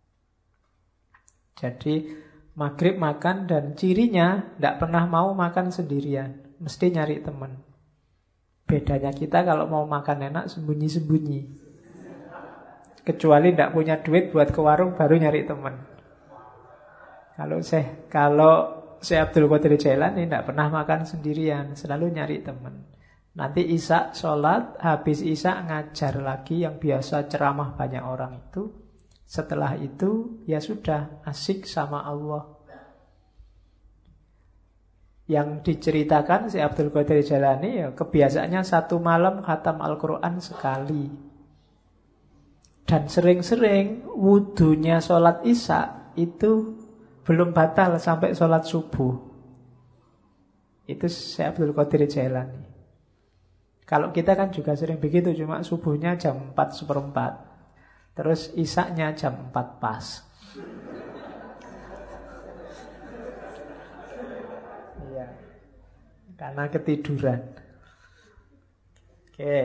Jadi maghrib makan, dan cirinya tidak pernah mau makan sendirian, mesti nyari teman. Bedanya kita kalau mau makan enak sembunyi-sembunyi. Kecuali tidak punya duit buat ke warung baru nyari teman. Kalau saya kalau saya Abdul Qadir Jailani tidak pernah makan sendirian, selalu nyari teman. Nanti Isya sholat, habis Isya ngajar lagi yang biasa ceramah banyak orang itu. Setelah itu ya sudah asik sama Allah. Yang diceritakan si Abdul Qadir Jailani ya kebiasaannya satu malam khatam Al-Quran sekali. Dan sering-sering wudunya sholat Isya itu belum batal sampai sholat subuh. Itu si Abdul Qadir Jailani. Kalau kita kan juga sering begitu, cuma subuhnya jam empat seperempat. Terus Isya-nya jam empat pas. Iya. Karena ketiduran. Oke.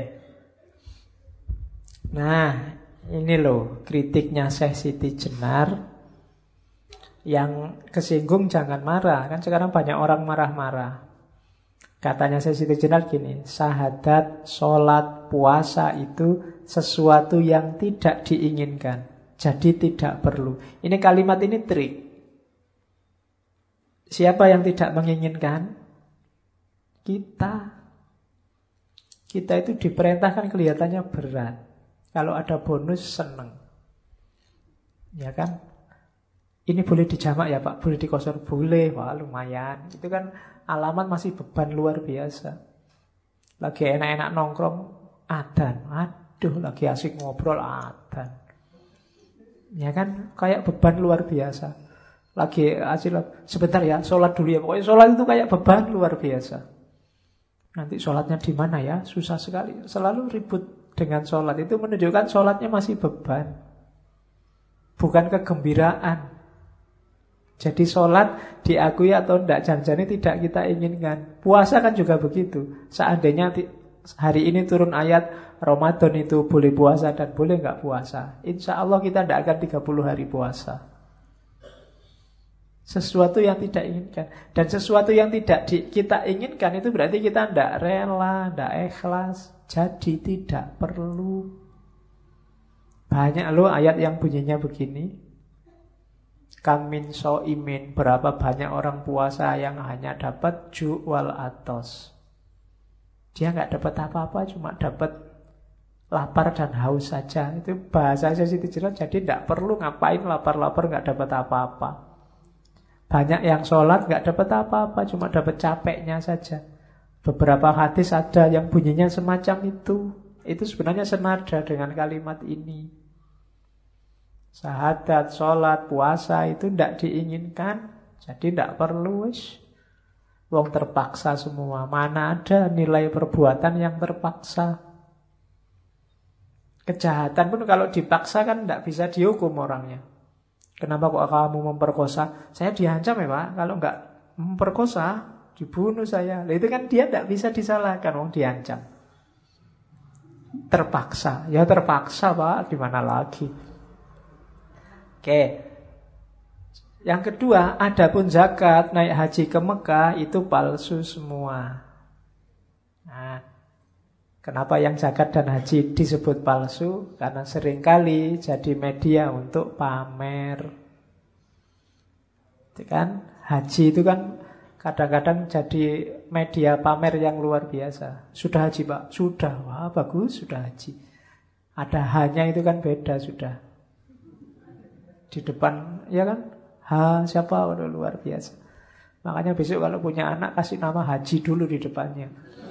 Nah, ini loh kritiknya Syekh Siti Jenar. Yang kesinggung jangan marah. Kan sekarang banyak orang marah-marah. Katanya Syekh Siti Jenar gini, syahadat, sholat, puasa itu sesuatu yang tidak diinginkan. Jadi tidak perlu. Ini kalimat ini trik. Siapa yang tidak menginginkan? Kita. Kita itu diperintahkan kelihatannya berat. Kalau ada bonus seneng. Ya kan? Ini boleh dijamak ya Pak? Boleh dikosor? Boleh. Wah lumayan. Itu kan alamat masih beban luar biasa. Lagi enak-enak nongkrong, adan. Aduh, lagi asik ngobrol, adan. Ya kan, kayak beban luar biasa. Lagi asik, sebentar ya, sholat dulu ya. Pokoknya sholat itu kayak beban luar biasa. Nanti sholatnya di mana ya? Susah sekali. Selalu ribut dengan sholat. Itu menunjukkan sholatnya masih beban. Bukan kegembiraan. Jadi sholat diakui atau tidak, jangan-jangan tidak kita inginkan. Puasa kan juga begitu. Seandainya hari ini turun ayat Ramadan itu boleh puasa dan boleh nggak puasa, insya Allah kita tidak akan tiga puluh hari puasa. Sesuatu yang tidak inginkan. Dan sesuatu yang tidak di, kita inginkan itu berarti kita tidak rela, tidak ikhlas. Jadi tidak perlu. Banyak loh ayat yang bunyinya begini. Kam min so'imin, berapa banyak orang puasa yang hanya dapat ju' wal atos. Dia nggak dapat apa-apa, cuma dapat lapar dan haus saja. Itu bahasa Siti Jenar. Jadi tidak perlu ngapain lapar-lapar nggak dapat apa-apa. Banyak yang sholat nggak dapat apa-apa, cuma dapat capeknya saja. Beberapa hadis ada yang bunyinya semacam itu. Itu sebenarnya senada dengan kalimat ini. Syahadat, sholat, puasa itu tidak diinginkan. Jadi tidak perlu wis. Wong terpaksa semua. Mana ada nilai perbuatan yang terpaksa. Kejahatan pun kalau dipaksa kan tidak bisa dihukum orangnya. Kenapa kok kamu memperkosa? Saya diancam ya Pak. Kalau nggak memperkosa, dibunuh saya. Nah, itu kan dia tidak bisa disalahkan. Wong diancam. Terpaksa. Ya terpaksa Pak. Gimana lagi? Oke. Yang kedua, adapun zakat naik haji ke Mekah itu palsu semua. Nah, kenapa yang zakat dan haji disebut palsu? Karena seringkali jadi media untuk pamer. Itu kan haji itu kan kadang-kadang jadi media pamer yang luar biasa. Sudah haji Pak? Sudah. Wah bagus, sudah haji. Ada hanya itu kan beda sudah. Di depan, ya kan? Ha, siapa? Udah luar biasa. Makanya besok kalau punya anak, kasih nama Haji dulu di depannya.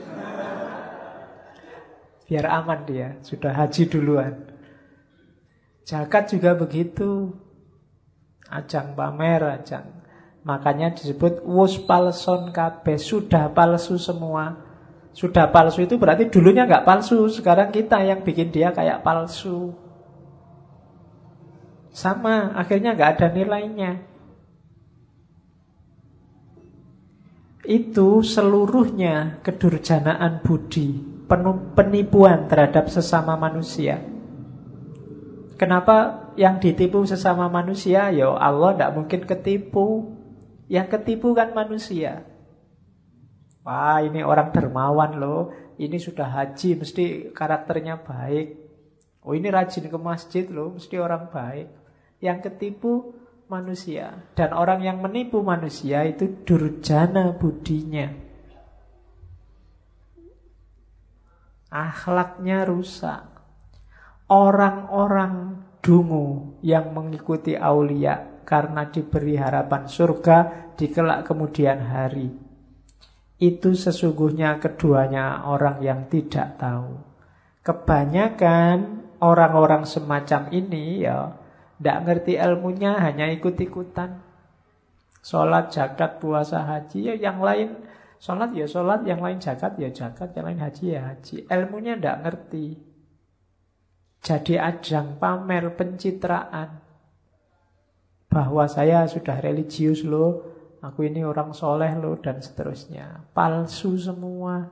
Biar aman dia, sudah haji duluan. Zakat juga begitu. Ajang pamer, ajang. Makanya disebut wus palson kabeh, sudah palsu semua. Sudah palsu itu berarti dulunya nggak palsu, sekarang kita yang bikin dia kayak palsu. Sama, akhirnya nggak ada nilainya. Itu seluruhnya kedurjanaan budi, penipuan terhadap sesama manusia. Kenapa yang ditipu sesama manusia? Ya Allah tidak mungkin ketipu. Yang ketipu kan manusia. Wah ini orang dermawan loh, ini sudah haji, mesti karakternya baik. Oh ini rajin ke masjid loh, mesti orang baik. Yang ketipu manusia. Dan orang yang menipu manusia itu durjana budinya. Akhlaknya rusak. Orang-orang dungu yang mengikuti aulia karena diberi harapan surga di kelak kemudian hari, itu sesungguhnya keduanya orang yang tidak tahu. Kebanyakan orang-orang semacam ini ya tidak ngerti ilmunya, hanya ikut-ikutan. Sholat, zakat, puasa, haji, ya yang lain sholat ya sholat, yang lain zakat ya zakat, yang lain haji ya haji. Ilmunya tidak ngerti. Jadi ajang pamer pencitraan bahwa saya sudah religius loh, aku ini orang soleh loh, dan seterusnya. Palsu semua.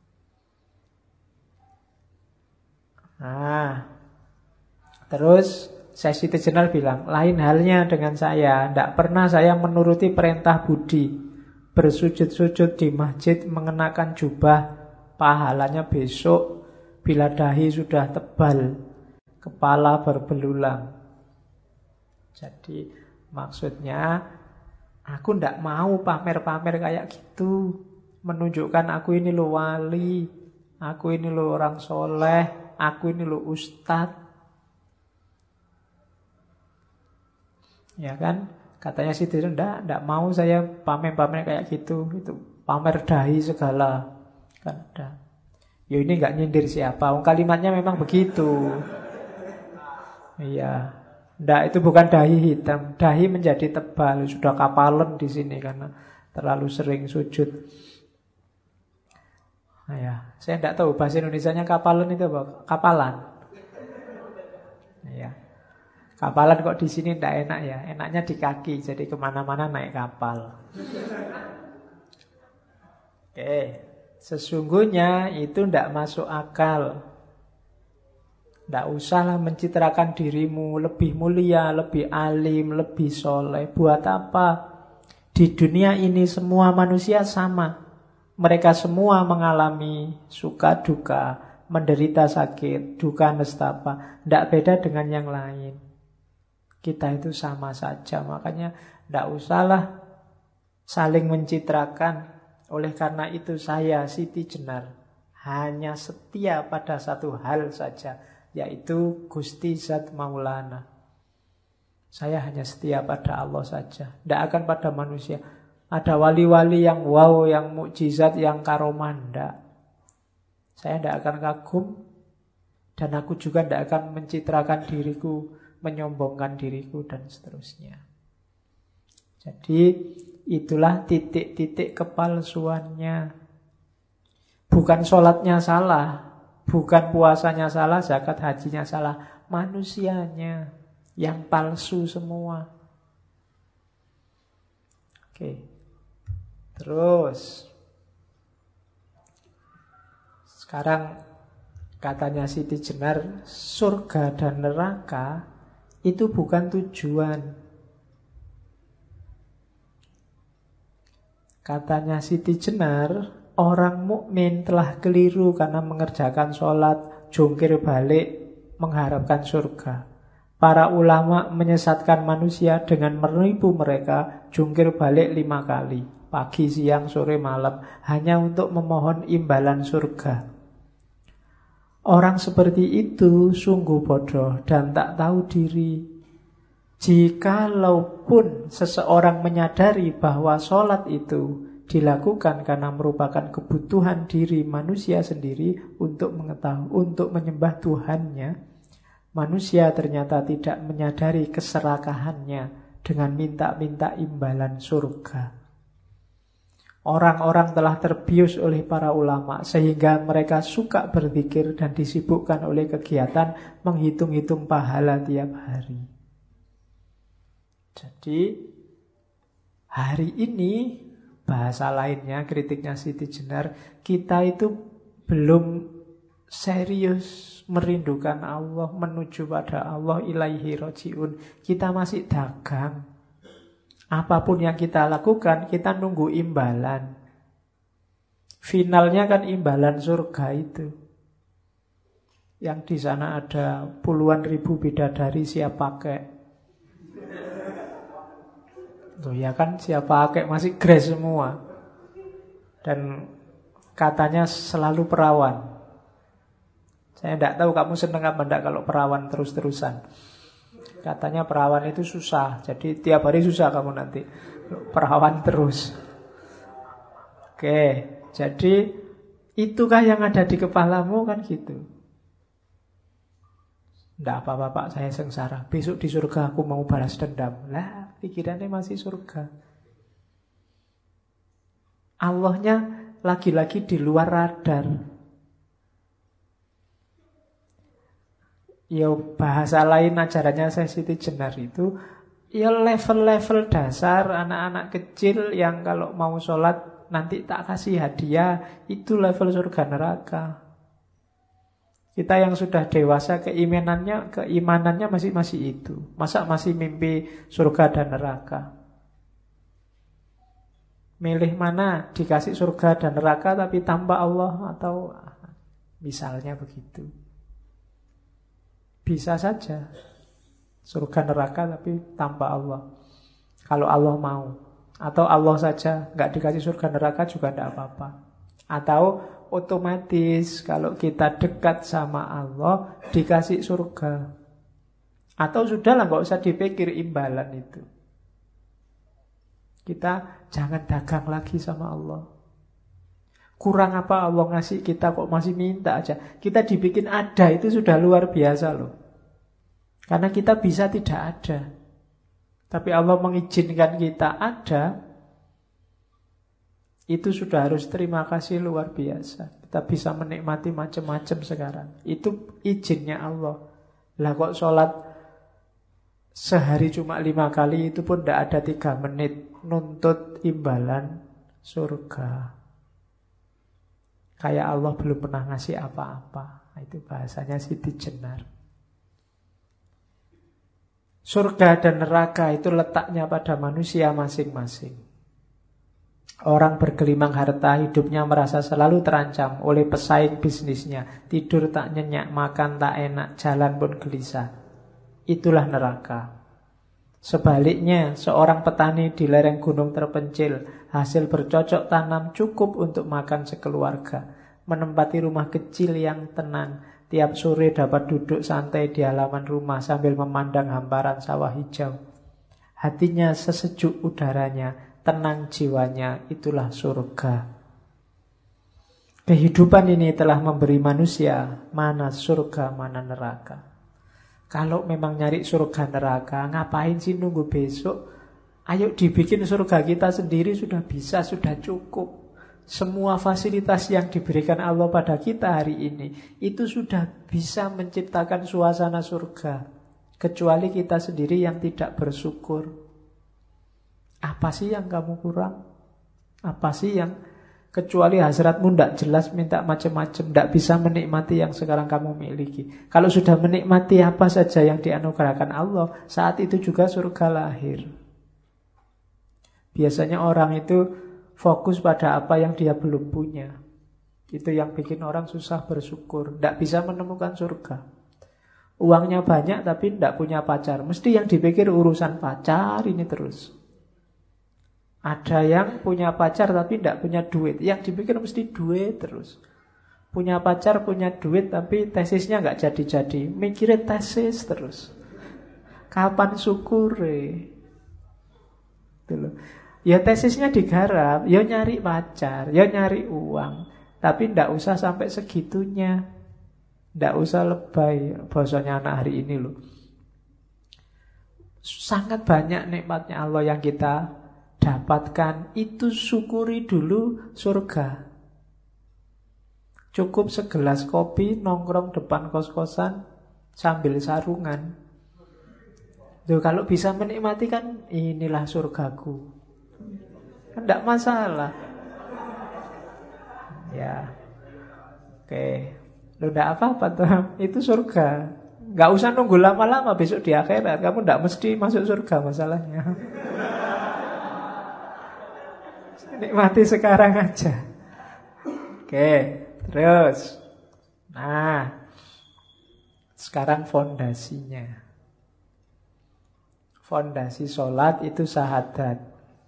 Nah, terus Sesi Tejenal bilang, lain halnya dengan saya. Tidak pernah saya menuruti perintah budi. Bersujud-sujud di masjid mengenakan jubah, pahalanya besok bila dahi sudah tebal, kepala berbelulang. Jadi maksudnya aku tidak mau pamer-pamer kayak gitu, menunjukkan aku ini lo wali, aku ini lo orang soleh, aku ini lo ustadz. Ya kan? Katanya sih tidak, tidak mau saya pamer-pamer kayak gitu, itu pamer dahi segala. Kan ada. Ya ini nggak nyindir siapa, kalimatnya memang begitu. Iya. Nggak, itu bukan dahi hitam. Dahi menjadi tebal, sudah kapalan di sini karena terlalu sering sujud. Nah, ya, saya tidak tahu bahasa Indonesianya kapalan itu apa? Kapalan. Iya. Kapalan kok di sini tidak enak ya. Enaknya di kaki, jadi kemana-mana naik kapal. Oke, sesungguhnya itu tidak masuk akal. Tidak usahlah mencitrakan dirimu lebih mulia, lebih alim, lebih soleh. Buat apa? Di dunia ini semua manusia sama. Mereka semua mengalami suka duka, menderita sakit, duka nestapa. Tidak beda dengan yang lain. Kita itu sama saja. Makanya tidak usahlah saling mencitrakan. Oleh karena itu saya, Siti Jenar, hanya setia pada satu hal saja, yaitu Gusti Zat Maulana. Saya hanya setia pada Allah saja, tidak akan pada manusia. Ada wali-wali yang wow, yang mukjizat, yang karomah, tidak. Saya tidak akan kagum, dan aku juga tidak akan mencitrakan diriku, menyombongkan diriku, dan seterusnya. Jadi itulah titik-titik kepalsuannya. Bukan sholatnya salah, bukan puasanya salah, zakat hajinya salah, manusianya yang palsu semua. Oke. Terus sekarang katanya Siti Jenar, surga dan neraka itu bukan tujuan. Katanya Siti Jenar, orang mukmin telah keliru karena mengerjakan sholat, jungkir balik, mengharapkan surga. Para ulama menyesatkan manusia dengan menipu mereka, jungkir balik lima kali, pagi, siang, sore, malam, hanya untuk memohon imbalan surga. Orang seperti itu sungguh bodoh dan tak tahu diri. Jikalaupun seseorang menyadari bahwa sholat itu dilakukan karena merupakan kebutuhan diri manusia sendiri untuk mengetahui, untuk menyembah Tuhannya, manusia ternyata tidak menyadari keserakahannya dengan minta-minta imbalan surga. Orang-orang telah terbius oleh para ulama sehingga mereka suka berzikir dan disibukkan oleh kegiatan menghitung-hitung pahala tiap hari. Jadi hari ini, bahasa lainnya, kritiknya Siti Jenar, kita itu belum serius merindukan Allah, menuju pada Allah, ilaihi roji'un. Kita masih dagang. Apapun yang kita lakukan, kita nunggu imbalan. Finalnya kan imbalan surga itu. Yang di sana ada puluhan ribu bidadari siap pakai. Tuh ya kan siap pakai, masih grace semua. Dan katanya selalu perawan. Saya tidak tahu kamu seneng apa enggak kalau perawan terus-terusan. Katanya perawan itu susah. Jadi tiap hari susah kamu nanti. Perawan terus. Oke, jadi itukah yang ada di kepalamu kan gitu. Tidak apa-apa Pak, saya sengsara. Besok di surga aku mau balas dendam. Lah, pikirannya masih surga. Allahnya lagi-lagi di luar radar. Ya bahasa lain ajarannya Siti Jenar itu, ya level-level dasar anak-anak kecil yang kalau mau sholat nanti tak kasih hadiah, itu level surga neraka. Kita yang sudah dewasa keimanannya keimanannya masih masih itu. Masa masih mimpi surga dan neraka? Milih mana? Dikasih surga dan neraka tapi tanpa Allah, atau misalnya begitu. Bisa saja surga neraka tapi tanpa Allah, kalau Allah mau. Atau Allah saja nggak dikasih surga neraka juga tidak apa-apa. Atau otomatis kalau kita dekat sama Allah dikasih surga. Atau sudahlah nggak usah dipikir imbalan itu. Kita jangan dagang lagi sama Allah. Kurang apa Allah ngasih kita kok masih minta aja. Kita dibikin ada itu sudah luar biasa loh. Karena kita bisa tidak ada. Tapi Allah mengizinkan kita ada, itu sudah harus terima kasih luar biasa. Kita bisa menikmati macam-macam sekarang. Itu izinnya Allah. Lah kok sholat sehari cuma lima kali itu pun tidak ada tiga menit. Nuntut imbalan surga. Kayak Allah belum pernah ngasih apa-apa. Itu bahasanya Siti Jenar. Surga dan neraka itu letaknya pada manusia masing-masing. Orang bergelimang harta, hidupnya merasa selalu terancam oleh pesaing bisnisnya. Tidur tak nyenyak, makan tak enak, jalan pun gelisah. Itulah neraka. Sebaliknya, seorang petani di lereng gunung terpencil, hasil bercocok tanam cukup untuk makan sekeluarga, menempati rumah kecil yang tenang, tiap sore dapat duduk santai di halaman rumah sambil memandang hamparan sawah hijau. Hatinya sesejuk udaranya, tenang jiwanya, itulah surga. Kehidupan ini telah memberi manusia mana surga, mana neraka. Kalau memang nyari surga neraka, ngapain sih nunggu besok? Ayo dibikin surga kita sendiri, sudah bisa, sudah cukup. Semua fasilitas yang diberikan Allah pada kita hari ini, itu sudah bisa menciptakan suasana surga. Kecuali kita sendiri yang tidak bersyukur. Apa sih yang kamu kurang? Apa sih yang kecuali hasratmu tidak jelas, minta macam-macam, tidak bisa menikmati yang sekarang kamu miliki. Kalau sudah menikmati apa saja yang dianugerahkan Allah, saat itu juga surga lahir. Biasanya orang itu fokus pada apa yang dia belum punya. Itu yang bikin orang susah bersyukur, tidak bisa menemukan surga. Uangnya banyak tapi tidak punya pacar, mesti yang dipikir urusan pacar ini terus. Ada yang punya pacar tapi tidak punya duit, yang dipikir mesti duit terus. Punya pacar, punya duit tapi tesisnya nggak jadi-jadi, mikirin tesis terus. Kapan syukure? Ya tesisnya digarap, ya nyari pacar, ya nyari uang, tapi tidak usah sampai segitunya. Tidak usah lebay, bahasanya anak hari ini loh. Sangat banyak nikmatnya Allah yang kita dapatkan, itu syukuri dulu surga. Cukup segelas kopi, nongkrong depan kos-kosan sambil sarungan. Tuh, kalau bisa menikmati kan inilah surgaku. Kan tidak masalah. Ya. Oke. Lu tidak apa-apa tuh. Itu surga. Gak usah nunggu lama-lama besok di akhirat. Kamu tidak mesti masuk surga masalahnya. Nikmati sekarang aja. Oke, terus. Nah, sekarang fondasinya. Fondasi sholat itu syahadat.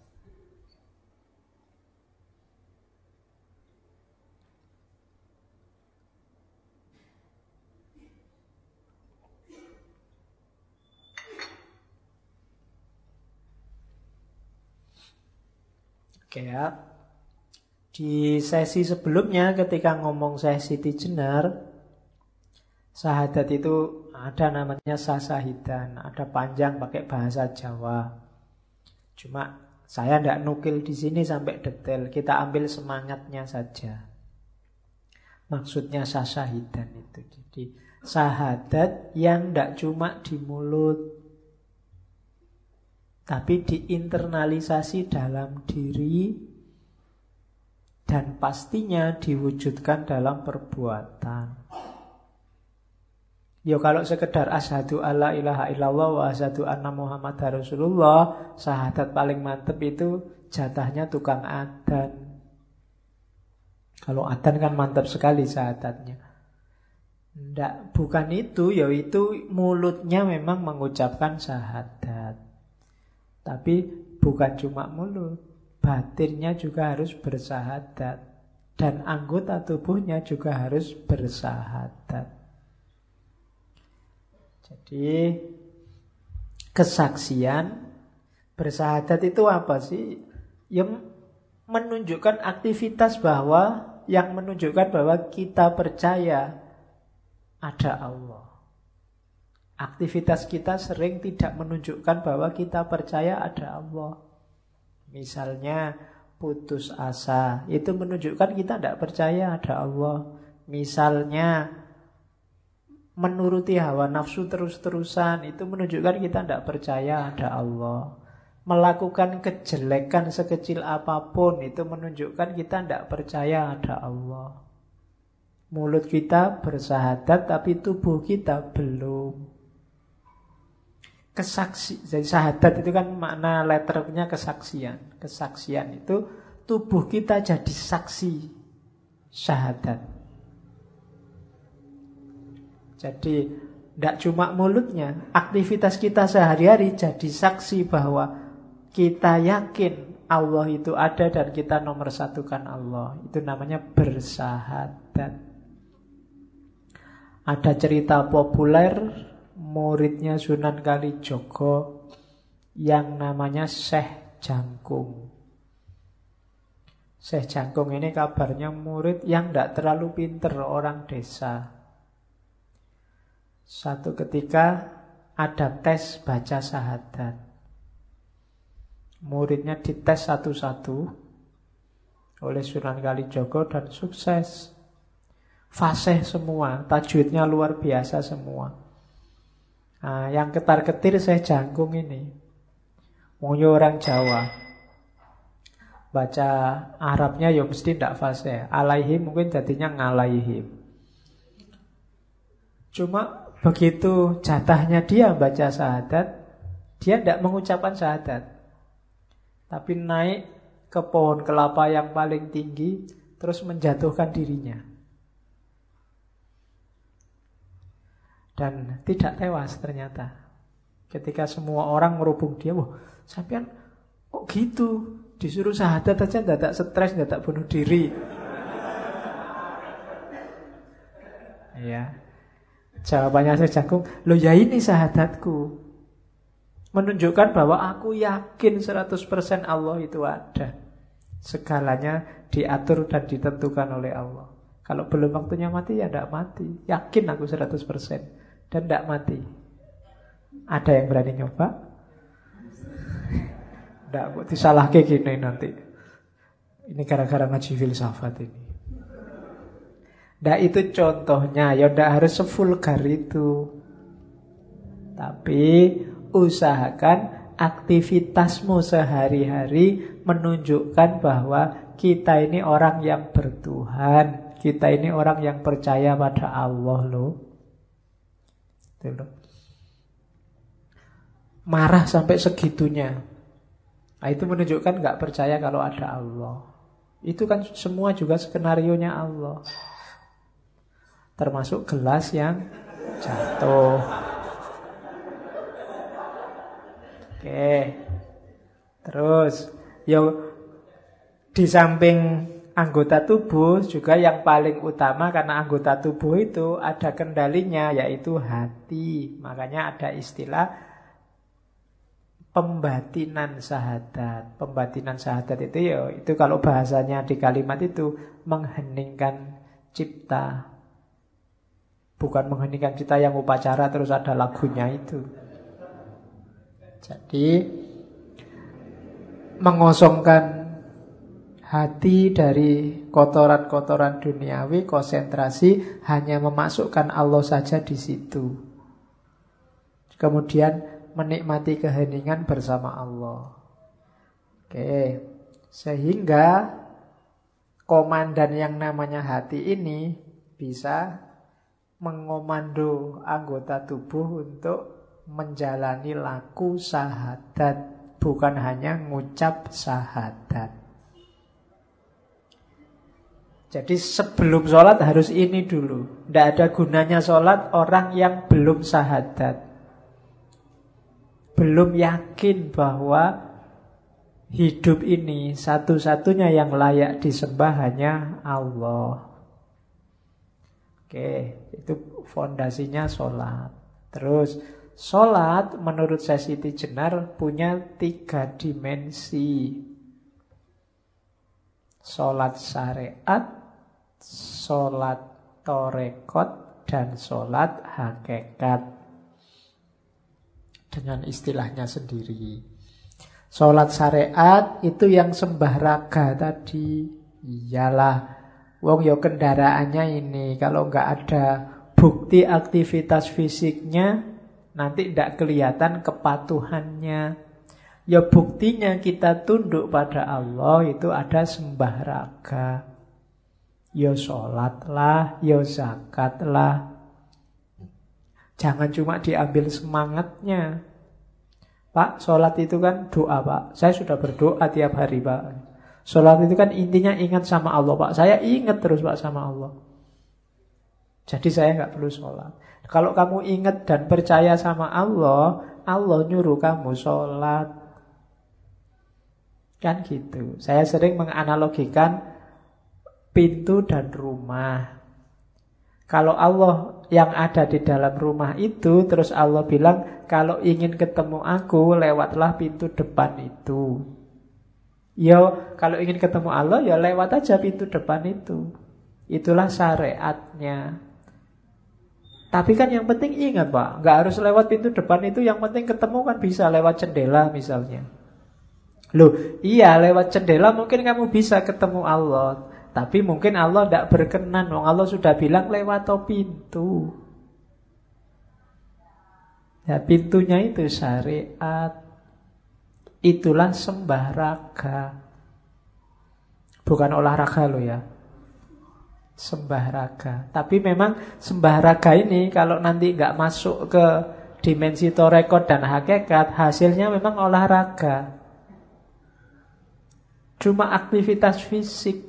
Oke ya. Di sesi sebelumnya ketika ngomong sesi Tijenar, syahadat itu ada namanya sasahidan, ada panjang pakai bahasa Jawa. Cuma saya tidak nukil di sini sampai detail, kita ambil semangatnya saja. Maksudnya sasahidan itu. Jadi syahadat yang tidak cuma di mulut, tapi diinternalisasi dalam diri dan pastinya diwujudkan dalam perbuatan. Ya kalau sekedar asyhadu alla ilaha illallah wa asyhadu anna muhammadar rasulullah, syahadat paling mantep itu jatahnya tukang adzan. Kalau adzan kan mantap sekali syahadatnya. Nggak, bukan itu, yaitu mulutnya memang mengucapkan syahadat. Tapi bukan cuma mulut, batinnya juga harus bersyahadat. Dan anggota tubuhnya juga harus bersyahadat. Jadi kesaksian bersyahadat itu apa sih? Yang menunjukkan aktivitas bahwa yang menunjukkan bahwa kita percaya ada Allah. Aktivitas kita sering tidak menunjukkan bahwa kita percaya ada Allah. Misalnya putus asa, itu menunjukkan kita tidak percaya ada Allah. Misalnya menuruti hawa nafsu terus-terusan, itu menunjukkan kita tidak percaya ada Allah. Melakukan kejelekan sekecil apapun, itu menunjukkan kita tidak percaya ada Allah. Mulut kita bersyahadat, tapi tubuh kita belum. Kesaksi, jadi syahadat itu kan makna letternya kesaksian. Kesaksian itu tubuh kita jadi saksi syahadat. Jadi tidak cuma mulutnya, aktivitas kita sehari-hari jadi saksi bahwa kita yakin Allah itu ada dan kita nomor satukan Allah. Itu namanya bersyahadat. Ada cerita populer muridnya Sunan Kalijogo yang namanya Syekh Jangkung. Syekh Jangkung ini kabarnya murid yang tidak terlalu pinter, orang desa. Satu ketika ada tes baca syahadat. Muridnya dites satu-satu oleh Sunan Kalijogo dan sukses. Fasih semua, tajwidnya luar biasa semua. Nah, yang ketar-ketir saya Jangkung ini, mungkin orang Jawa, baca Arabnya ya mesti tidak fasih. Alaihim mungkin jadinya ngalaihim. Cuma begitu jatahnya dia baca syahadat, dia tidak mengucapkan syahadat, tapi naik ke pohon kelapa yang paling tinggi, terus menjatuhkan dirinya. Dan tidak tewas ternyata. Ketika semua orang merubung dia, wah, sampean kok gitu? Disuruh syahadat aja tidak stres, tidak bunuh diri. Ya. Jawabannya Syekh Jangkung, loh ya ini syahadatku. Menunjukkan bahwa aku yakin seratus persen Allah itu ada. Segalanya diatur dan ditentukan oleh Allah. Kalau belum waktunya mati ya tidak mati. Yakin aku seratus persen. Dan tidak mati. Ada yang berani nyoba? Tidak, kok disalah kayak gini nanti. Ini gara-gara ngaji filsafat ini. Tidak, itu contohnya. Ya tidak harus sevulgar itu. Tapi usahakan aktivitasmu sehari-hari menunjukkan bahwa kita ini orang yang bertuhan. Kita ini orang yang percaya pada Allah loh. Itu loh. Marah sampai segitunya. Nah, itu menunjukkan nggak percaya kalau ada Allah. Itu kan semua juga skenarionya Allah. Termasuk gelas yang jatuh. Oke. Terus, ya di samping anggota tubuh juga yang paling utama, karena anggota tubuh itu ada kendalinya, yaitu hati. Makanya ada istilah pembatinan syahadat. Pembatinan syahadat itu ya, itu kalau bahasanya di kalimat itu mengheningkan cipta. Bukan mengheningkan cipta yang upacara terus ada lagunya itu. Jadi mengosongkan hati dari kotoran-kotoran duniawi, konsentrasi hanya memasukkan Allah saja di situ. Kemudian menikmati keheningan bersama Allah. Oke, sehingga komandan yang namanya hati ini bisa mengomando anggota tubuh untuk menjalani laku syahadat, bukan hanya ngucap syahadat. Jadi sebelum sholat harus ini dulu. Tidak ada gunanya sholat orang yang belum syahadat, belum yakin bahwa hidup ini satu-satunya yang layak disembah hanya Allah. Oke, itu fondasinya sholat. Terus sholat menurut Siti Jenar punya tiga dimensi. Sholat syariat, sholat torekot, dan sholat hakikat. Dengan istilahnya sendiri. Sholat syariat itu yang sembah raga tadi. Iyalah, wong yo kendaraannya ini. Kalau nggak ada bukti aktivitas fisiknya, nanti tidak kelihatan kepatuhannya. Ya buktinya kita tunduk pada Allah itu ada sembah raga. Ya sholat lah, ya zakat lah. Jangan cuma diambil semangatnya. Pak, sholat itu kan doa, Pak. Saya sudah berdoa tiap hari, Pak. Sholat itu kan intinya ingat sama Allah, Pak. Saya ingat terus, Pak, sama Allah. Jadi saya nggak perlu sholat. Kalau kamu ingat dan percaya sama Allah, Allah nyuruh kamu sholat. Kan gitu. Saya sering menganalogikan pintu dan rumah. Kalau Allah yang ada di dalam rumah itu, terus Allah bilang, kalau ingin ketemu aku, lewatlah pintu depan itu. Ya, kalau ingin ketemu Allah, ya lewat aja pintu depan itu. Itulah syariatnya. Tapi kan yang penting ingat, Pak, nggak harus lewat pintu depan itu, yang penting ketemu kan bisa lewat jendela misalnya. Loh, iya lewat jendela mungkin kamu bisa ketemu Allah. Tapi mungkin Allah tidak berkenan. Allah sudah bilang lewat pintu. Ya, pintunya itu syariat. Itulah sembah raga. Bukan olahraga loh ya. Sembah raga. Tapi memang sembah raga ini kalau nanti nggak masuk ke dimensi torekot dan hakikat, hasilnya memang olahraga. Cuma aktivitas fisik.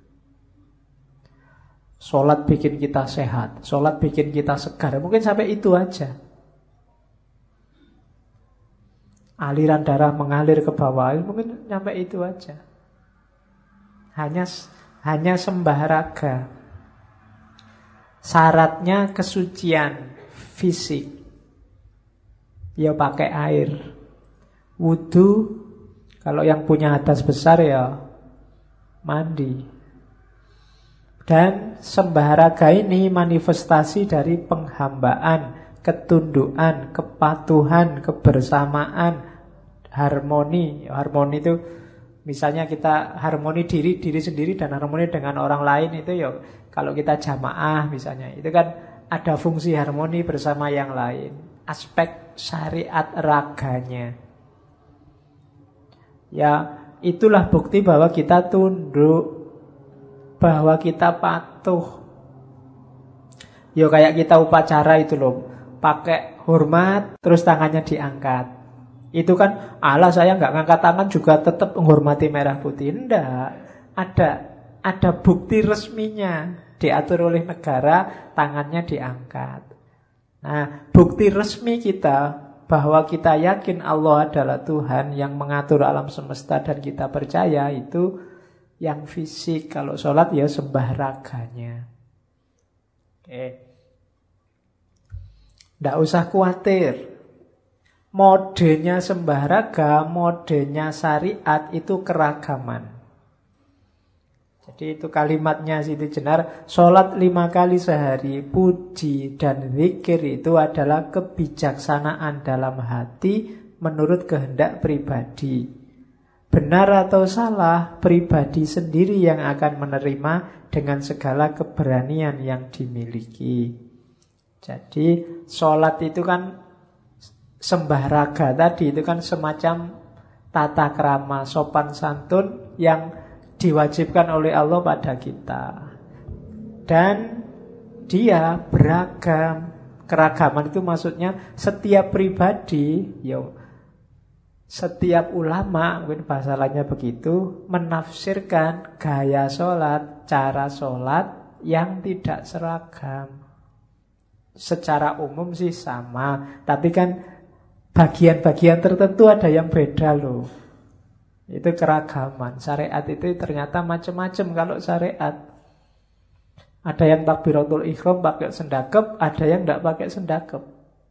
Sholat bikin kita sehat, sholat bikin kita segar. Mungkin sampai itu aja. Aliran darah mengalir ke bawah, mungkin sampai itu aja. Hanya hanya sembah raga. Syaratnya kesucian fisik. Ya pakai air. Wudu, kalau yang punya hadas besar ya mandi. Dan sembah raga ini manifestasi dari penghambaan, ketundukan, kepatuhan, kebersamaan, harmoni. Harmoni itu misalnya kita harmoni diri diri sendiri dan harmoni dengan orang lain itu ya kalau kita jamaah misalnya itu kan ada fungsi harmoni bersama yang lain. Aspek syariat raganya. Ya, itulah bukti bahwa kita tunduk, bahwa kita patuh. Yo kayak kita upacara itu loh, pakai hormat terus tangannya diangkat. Itu kan ala saya nggak ngangkat tangan juga tetap menghormati merah putih. Enggak. ada ada bukti resminya, diatur oleh negara, tangannya diangkat. Nah, bukti resmi kita bahwa kita yakin Allah adalah Tuhan yang mengatur alam semesta dan kita percaya itu yang fisik. Kalau sholat ya sembah raganya. Oke. Nggak usah khawatir. Modenya sembah raga, modenya syariat itu keragaman. Jadi itu kalimatnya Siti Jenar, sholat lima kali sehari, puji dan zikir itu adalah kebijaksanaan dalam hati menurut kehendak pribadi. Benar atau salah, pribadi sendiri yang akan menerima dengan segala keberanian yang dimiliki. Jadi sholat itu kan sembah raga tadi, itu kan semacam tata krama, sopan santun yang diwajibkan oleh Allah pada kita. Dan dia beragam. Keragaman itu maksudnya setiap pribadi, yo, setiap ulama, mungkin bahasa lainnya begitu, menafsirkan gaya sholat, cara sholat yang tidak seragam. Secara umum sih sama, tapi kan bagian-bagian tertentu ada yang beda loh. Itu keragaman. Syariat itu ternyata macam-macam kalau syariat. Ada yang takbiratul ihram pakai sendakep, ada yang tidak pakai sendakep.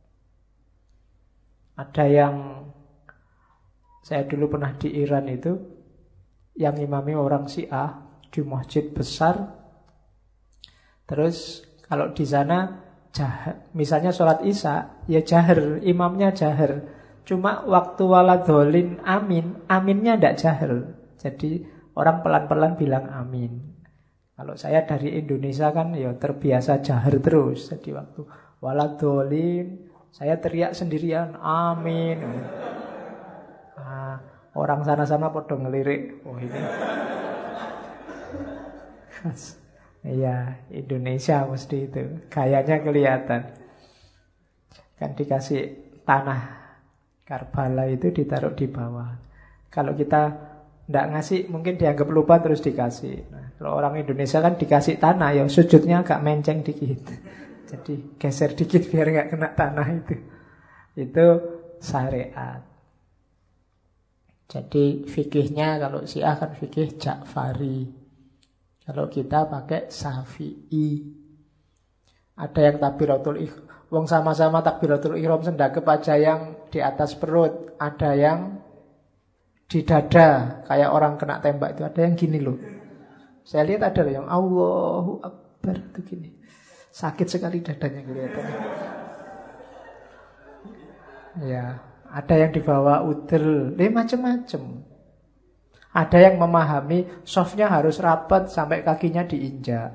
Ada yang, saya dulu pernah di Iran itu, yang imami orang Syiah di masjid besar. Terus kalau di sana jahar, misalnya sholat Isya, ya jahar, imamnya jahar. Cuma waktu waladholin amin, aminnya tidak jahar. Jadi orang pelan-pelan bilang amin. Kalau saya dari Indonesia kan ya terbiasa jahar terus. Jadi waktu waladholin, saya teriak sendirian, amin. Nah, orang sana-sana pada ngelirik. Oh ini. Iya, Indonesia mesti itu. Gayanya kelihatan. Kan dikasih tanah Karbala itu ditaruh di bawah. Kalau kita tidak ngasih, mungkin dianggap lupa terus dikasih. Nah, kalau orang Indonesia kan dikasih tanah, ya sujudnya agak menceng dikit. Jadi geser dikit biar nggak kena tanah itu. Itu syariat. Jadi fikihnya kalau Syiah kan fikih Ja'fari. Kalau kita pakai Syafi'i. Ada yang takbiratul ihram. Wong sama-sama takbiratul ihram sendakep aja yang di atas perut, ada yang di dada, kayak orang kena tembak itu, ada yang gini loh. Saya lihat ada loh yang Allahu Akbar itu gini. Sakit sekali dadanya kelihatannya. Ya, ada yang dibawa udel, eh macam-macam. Ada yang memahami softnya harus rapat sampai kakinya diinjak.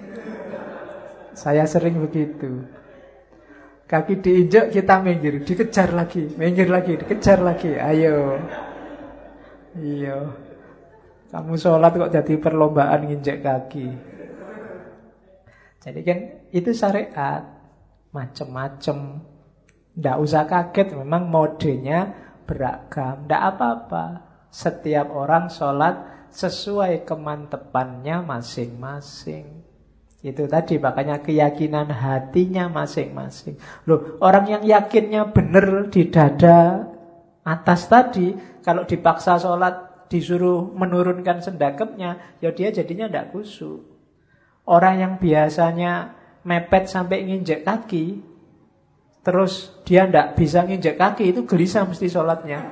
Saya sering begitu. Kaki diinjak kita minggir, dikejar lagi, minggir lagi, dikejar lagi. Ayo. Iya. Kamu sholat kok jadi perlombaan nginjek kaki. Jadi kan itu syariat. Macem-macem. Nggak usah kaget, memang modenya beragam. Nggak apa-apa. Setiap orang sholat sesuai kemantepannya masing-masing. Itu tadi makanya keyakinan hatinya masing-masing. Loh, orang yang yakinnya benar di dada atas tadi, kalau dipaksa sholat disuruh menurunkan sendakepnya, ya dia jadinya tidak khusyuk. Orang yang biasanya mepet sampai nginjek kaki, terus dia tidak bisa nginjek kaki, itu gelisah mesti sholatnya.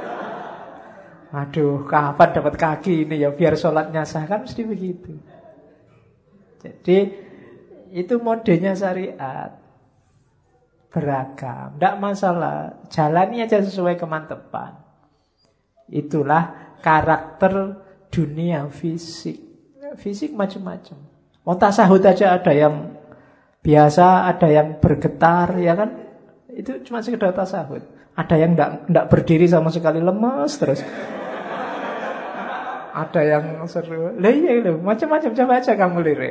Aduh, kapan dapat kaki ini ya biar sholatnya sah, kan mesti begitu. Jadi itu modenya syariat. Beragam, tidak masalah. Jalani aja sesuai kemantepan. Itulah karakter dunia fisik. Fisik macam-macam. Mau tasahud aja ada yang biasa, ada yang bergetar, ya kan? Itu cuma sekedar tasahud. Ada yang tidak berdiri sama sekali, lemas terus. Ada yang seru. Lah iya lho, macam-macam, coba aja kamu lirik.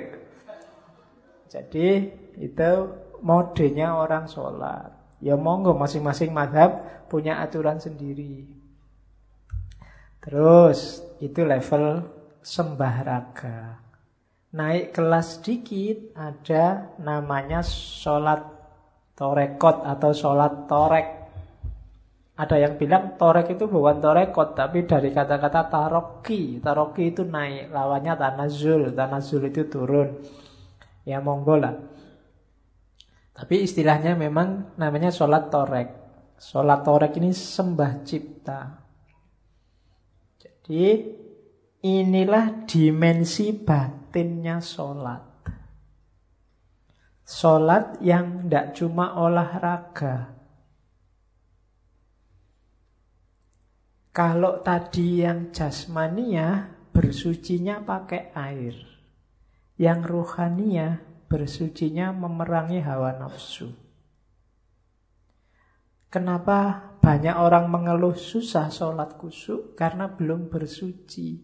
Jadi itu modenya orang sholat. Ya monggo, masing-masing mazhab punya aturan sendiri. Terus itu level sembah raga. Naik kelas dikit ada namanya sholat torekot atau sholat torek. Ada yang bilang torek itu bukan torekot, tapi dari kata-kata taroki. Taroki itu naik, lawannya tanazul. Tanazul itu turun. Ya monggo lah. Tapi istilahnya memang namanya sholat torek. Sholat torek ini sembah cipta. Jadi inilah dimensi batinnya sholat. Sholat yang tidak cuma olahraga. Kalau tadi yang jasmania bersucinya pakai air. Yang ruhania bersucinya memerangi hawa nafsu. Kenapa banyak orang mengeluh susah sholat khusyuk? Karena belum bersuci.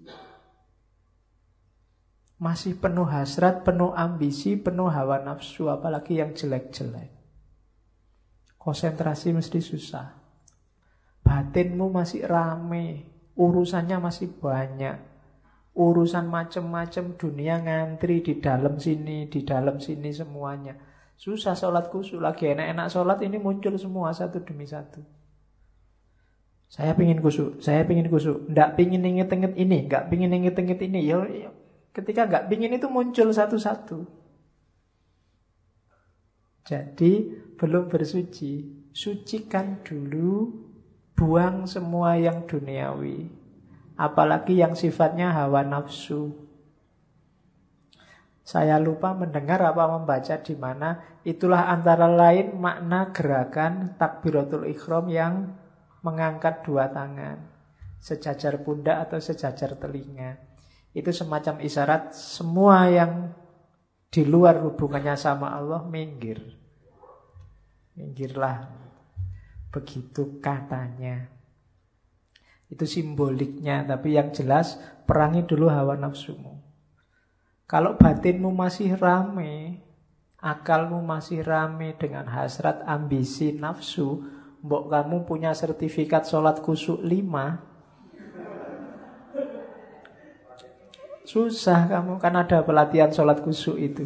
Masih penuh hasrat, penuh ambisi, penuh hawa nafsu. Apalagi yang jelek-jelek. Konsentrasi mesti susah. Batinmu masih rame, urusannya masih banyak. Urusan macam-macam, dunia ngantri di dalam sini, di dalam sini semuanya. Susah sholat khusyuk. Lagi enak-enak sholat ini muncul semua satu demi satu. Saya pingin khusyuk, saya pingin khusyuk. Nggak pingin inget-inget ini, nggak pingin inget-inget ini. Ya, ya. Ketika nggak pingin itu muncul satu-satu. Jadi belum bersuci. Sucikan dulu. Buang semua yang duniawi, apalagi yang sifatnya hawa nafsu. Saya lupa mendengar apa membaca di mana. Itulah antara lain makna gerakan takbiratul ihram yang mengangkat dua tangan, sejajar pundak atau sejajar telinga. Itu semacam isyarat semua yang di luar hubungannya sama Allah minggir. Minggirlah. Begitu katanya. Itu simboliknya. Tapi yang jelas perangi dulu hawa nafsumu. Kalau batinmu masih rame, akalmu masih rame dengan hasrat, ambisi, nafsu, mbok kamu punya sertifikat sholat khusyuk lima, susah kamu. Kan ada pelatihan sholat khusyuk itu.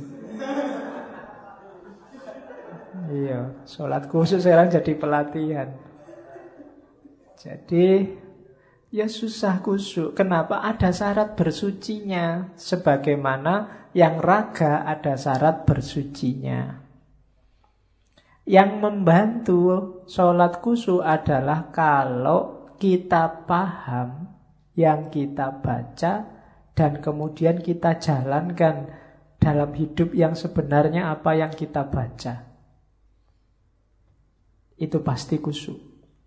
Iya, sholat khusyuk sekarang jadi pelatihan. Jadi ya susah khusyuk. Kenapa? Ada syarat bersucinya. Sebagaimana yang raga ada syarat bersucinya. Yang membantu sholat khusyuk adalah kalau kita paham yang kita baca dan kemudian kita jalankan dalam hidup yang sebenarnya apa yang kita baca. Itu pasti khusyuk.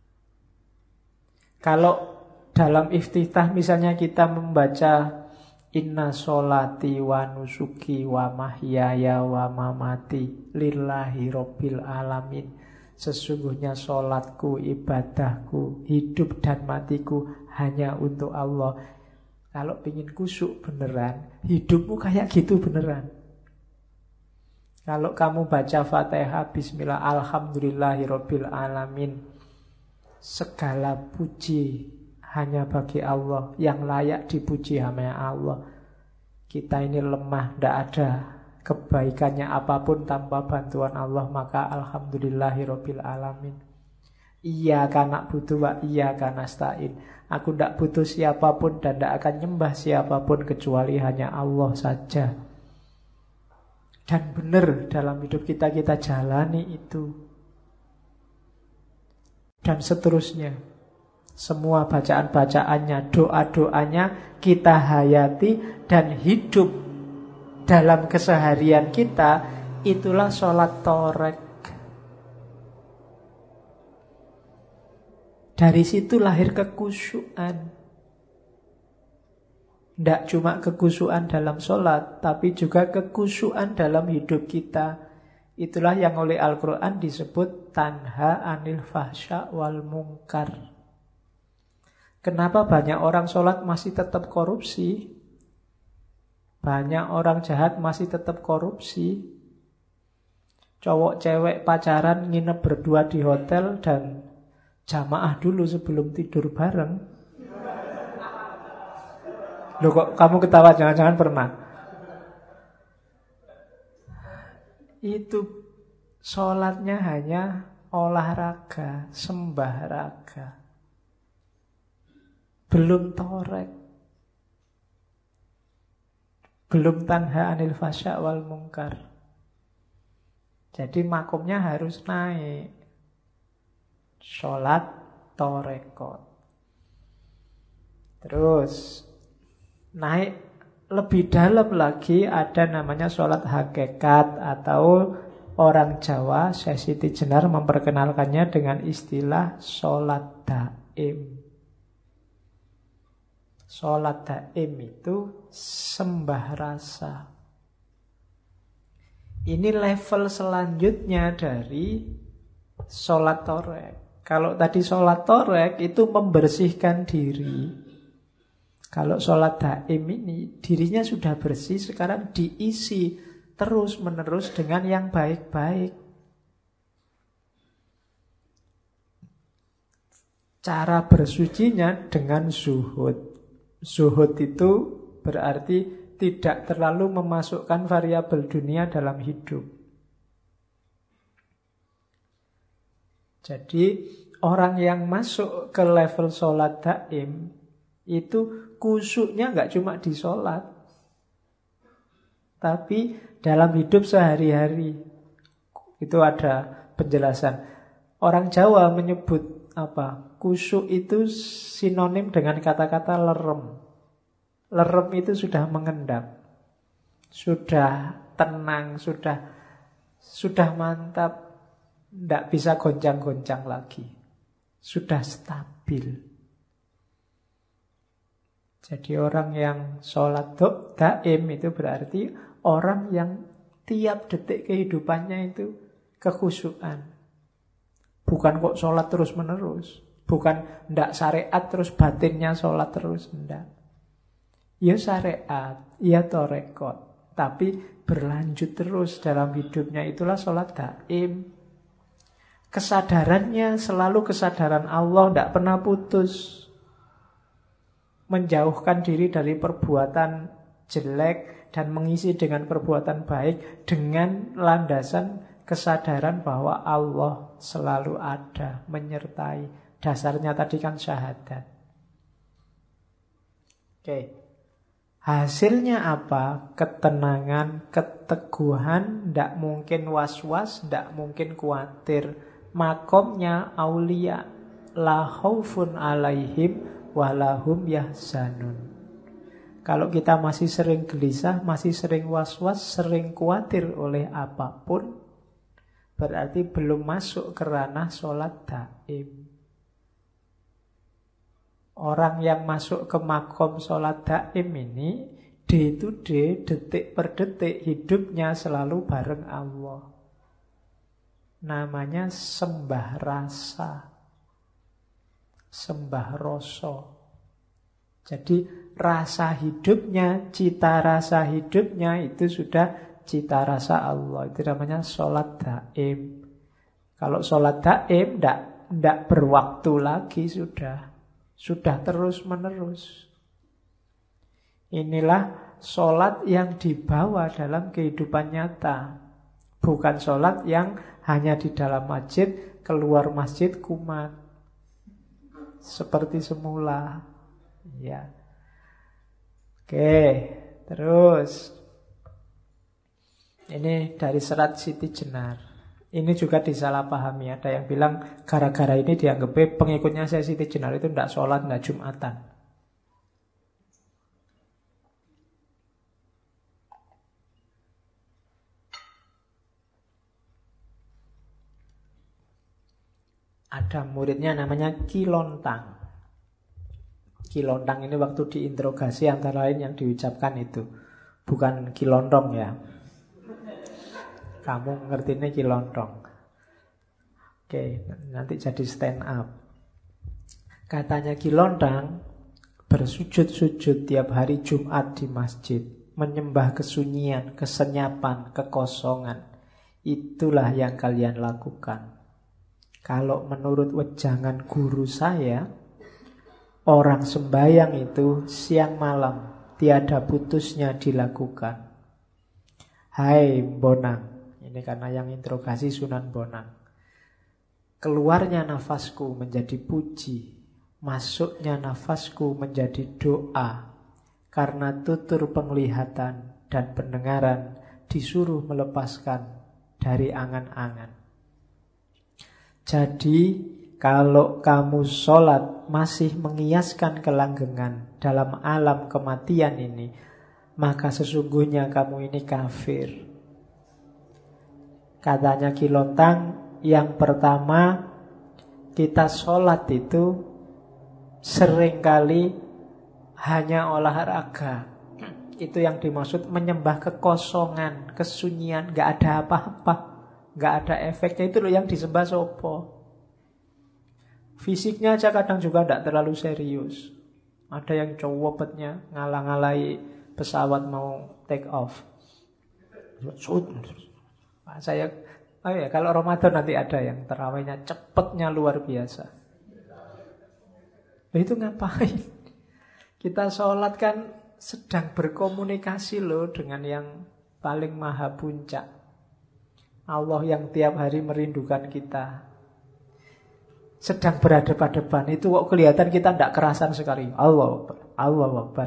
Kalau dalam iftitah misalnya kita membaca inna sholati wa nusuki wa mahyaya wa mamati lillahi rabbil alamin. Sesungguhnya sholatku, ibadahku, hidup dan matiku hanya untuk Allah. Kalau ingin khusyuk beneran, hidupmu kayak gitu beneran. Kalau kamu baca Fatihah, Bismillah, Alhamdulillahirabbil alamin, segala puji hanya bagi Allah, yang layak dipuji hanya Allah. Kita ini lemah, tidak ada kebaikannya apapun tanpa bantuan Allah, maka Alhamdulillahirabbil alamin. Iyyaka na'budu wa iyyaka nasta'in. Aku tidak butuh siapapun dan tidak akan nyembah siapapun kecuali hanya Allah saja. Dan benar dalam hidup kita, kita jalani itu. Dan seterusnya. Semua bacaan-bacaannya, doa-doanya kita hayati dan hidup dalam keseharian kita. Itulah sholat torek. Dari situ lahir kekhusyuan. Tidak cuma kekhusyuan dalam sholat, tapi juga kekhusyuan dalam hidup kita. Itulah yang oleh Al-Quran disebut tanha anil fahsya wal mungkar. Kenapa banyak orang sholat masih tetap korupsi? Banyak orang jahat masih tetap korupsi. Cowok cewek pacaran nginep berdua di hotel dan jamaah dulu sebelum tidur bareng. Loh kok kamu ketawa, jangan-jangan pernah. Itu sholatnya hanya olahraga, sembah raga. Belum torek. Belum tanha anil fasya wal mungkar. Jadi makomnya harus naik. Sholat torekot. Terus naik lebih dalam lagi ada namanya sholat hakikat, atau orang Jawa, Syekh Siti Jenar memperkenalkannya dengan istilah sholat daim. Sholat daim itu sembah rasa. Ini level selanjutnya dari sholat torek. Kalau tadi sholat torek itu membersihkan diri. Kalau sholat daim ini dirinya sudah bersih, sekarang diisi terus menerus dengan yang baik-baik. Cara bersucinya dengan zuhud. Zuhud itu berarti tidak terlalu memasukkan variabel dunia dalam hidup. Jadi orang yang masuk ke level sholat daim itu khusyuknya nggak cuma di sholat, tapi dalam hidup sehari-hari. Itu ada penjelasan. Orang Jawa menyebut apa? Khusyuk itu sinonim dengan kata-kata lerem. Lerem itu sudah mengendap, sudah tenang, sudah sudah mantap, tidak bisa goncang-goncang lagi, sudah stabil. Jadi orang yang sholat daim itu berarti orang yang tiap detik kehidupannya itu kekhusyukan. Bukan kok sholat terus-menerus. Bukan ndak syariat terus batinnya sholat terus, ndak. Ya syariat, ya torekot, tapi berlanjut terus dalam hidupnya, itulah sholat daim. Kesadarannya selalu kesadaran Allah, ndak pernah putus. Menjauhkan diri dari perbuatan jelek dan mengisi dengan perbuatan baik dengan landasan kesadaran bahwa Allah selalu ada, menyertai. Dasarnya tadi kan syahadat. Oke. Hasilnya apa? Ketenangan, keteguhan, ndak mungkin was-was, ndak mungkin khawatir. Makomnya aulia, la khaufun alaihim walahum yahzanun. Kalau kita masih sering gelisah, masih sering was-was, sering khawatir oleh apapun, berarti belum masuk ke ranah sholat daim. Orang yang masuk ke makom sholat daim ini, day to day, detik per detik, hidupnya selalu bareng Allah. Namanya sembah rasa, sembah rasa. Jadi rasa hidupnya, cita rasa hidupnya itu sudah cita rasa Allah. Itu namanya sholat daim. Kalau sholat daim ndak ndak berwaktu lagi, sudah sudah terus menerus. Inilah sholat yang dibawa dalam kehidupan nyata. Bukan sholat yang hanya di dalam masjid, keluar masjid kumat seperti semula. Ya. Oke, terus ini dari serat Siti Jenar. Ini juga disalahpahami. Ada yang bilang gara-gara ini dianggap pengikutnya saya Siti Jenar itu tidak sholat, tidak Jumatan. Ada muridnya namanya Kilontang. Kilontang ini waktu diinterogasi antara lain yang diucapkan itu. Bukan Kilondong ya. Kamu ngerti ini Kilontong. Oke, nanti jadi stand up. Katanya Kilontang bersujud-sujud tiap hari Jumat di masjid, menyembah kesunyian, kesenyapan, kekosongan. Itulah yang kalian lakukan. Kalau menurut wejangan guru saya, orang sembahyang itu siang malam, tiada putusnya dilakukan. Hai Bonang, ini karena yang interogasi Sunan Bonang. Keluarnya nafasku menjadi puji, masuknya nafasku menjadi doa. Karena tutur penglihatan dan pendengaran disuruh melepaskan dari angan-angan. Jadi kalau kamu sholat masih mengiaskan kelanggengan dalam alam kematian ini, maka sesungguhnya kamu ini kafir. Katanya Ki Lontang, yang pertama, kita sholat itu seringkali hanya olahraga. Itu yang dimaksud menyembah kekosongan, kesunyian, gak ada apa-apa, gak ada efeknya. Itu loh yang disembah sopo. Fisiknya aja kadang juga gak terlalu serius. Ada yang cowopetnya ngalang-ngalai pesawat mau take off. Saya, oh ya, kalau Ramadan nanti ada yang terawihnya cepetnya luar biasa. Nah, itu ngapain? Kita sholat kan sedang berkomunikasi loh dengan yang paling maha puncak. Allah yang tiap hari merindukan kita. Sedang berhadapan-hadapan, itu kok kelihatan kita tidak kerasan sekali. Allah Akbar, Allah Akbar.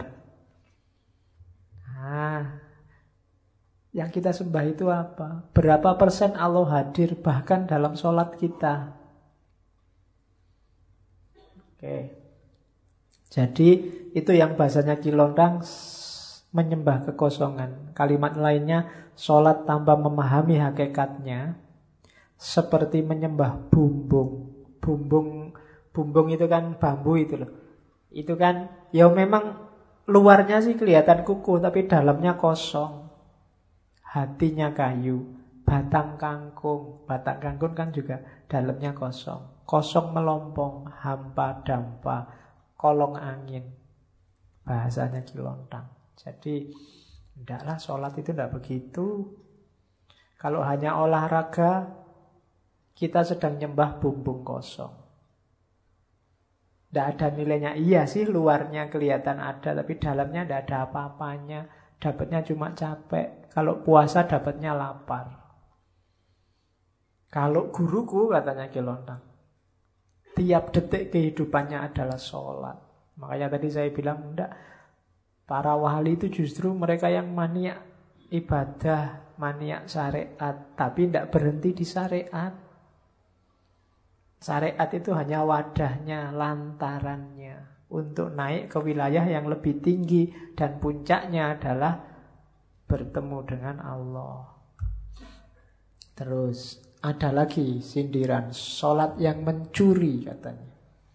Nah, yang kita sembah itu apa? Berapa persen Allah hadir bahkan dalam sholat kita? Oke. Jadi itu yang bahasanya Ki Lontang, menyembah kekosongan. Kalimat lainnya, sholat tanpa memahami hakikatnya seperti menyembah bumbung. Bumbung, bumbung itu kan bambu itu loh. Itu kan, ya memang luarnya sih kelihatan kukuh, tapi dalamnya kosong. Hatinya kayu, batang kangkung. Batang kangkung kan juga dalamnya kosong. Kosong melompong, hampa dampa, kolong angin. Bahasanya Ki Lontang. Jadi tidaklah sholat itu tidak begitu. Kalau hanya olahraga, kita sedang nyembah bumbung kosong. Tidak ada nilainya. Iya sih luarnya kelihatan ada, tapi dalamnya tidak ada apa-apanya. Dapatnya cuma capek. Kalau puasa dapatnya lapar. Kalau guruku, katanya Ki Lontang, tiap detik kehidupannya adalah sholat. Makanya tadi saya bilang, enggak, para wali itu justru mereka yang maniak ibadah, maniak syariat, tapi tidak berhenti di syariat. Syariat itu hanya wadahnya, lantarannya untuk naik ke wilayah yang lebih tinggi, dan puncaknya adalah bertemu dengan Allah. Terus ada lagi sindiran, sholat yang mencuri katanya.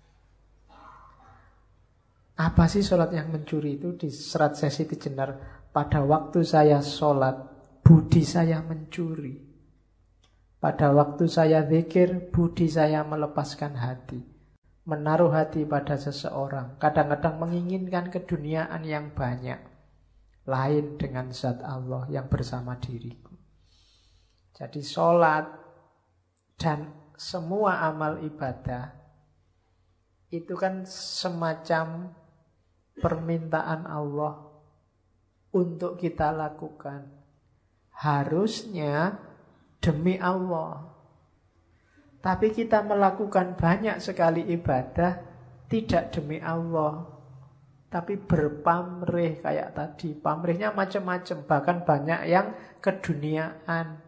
Apa sih sholat yang mencuri itu? Di Serat Sesi Jenar, pada waktu saya sholat, budi saya mencuri. Pada waktu saya zikir, budi saya melepaskan hati. Menaruh hati pada seseorang. Kadang-kadang menginginkan keduniaan yang banyak, lain dengan zat Allah yang bersama diriku. Jadi sholat dan semua amal ibadah itu kan semacam permintaan Allah untuk kita lakukan. Harusnya demi Allah. Tapi kita melakukan banyak sekali ibadah tidak demi Allah, tapi berpamrih kayak tadi. Pamrihnya macam-macam, bahkan banyak yang keduniaan.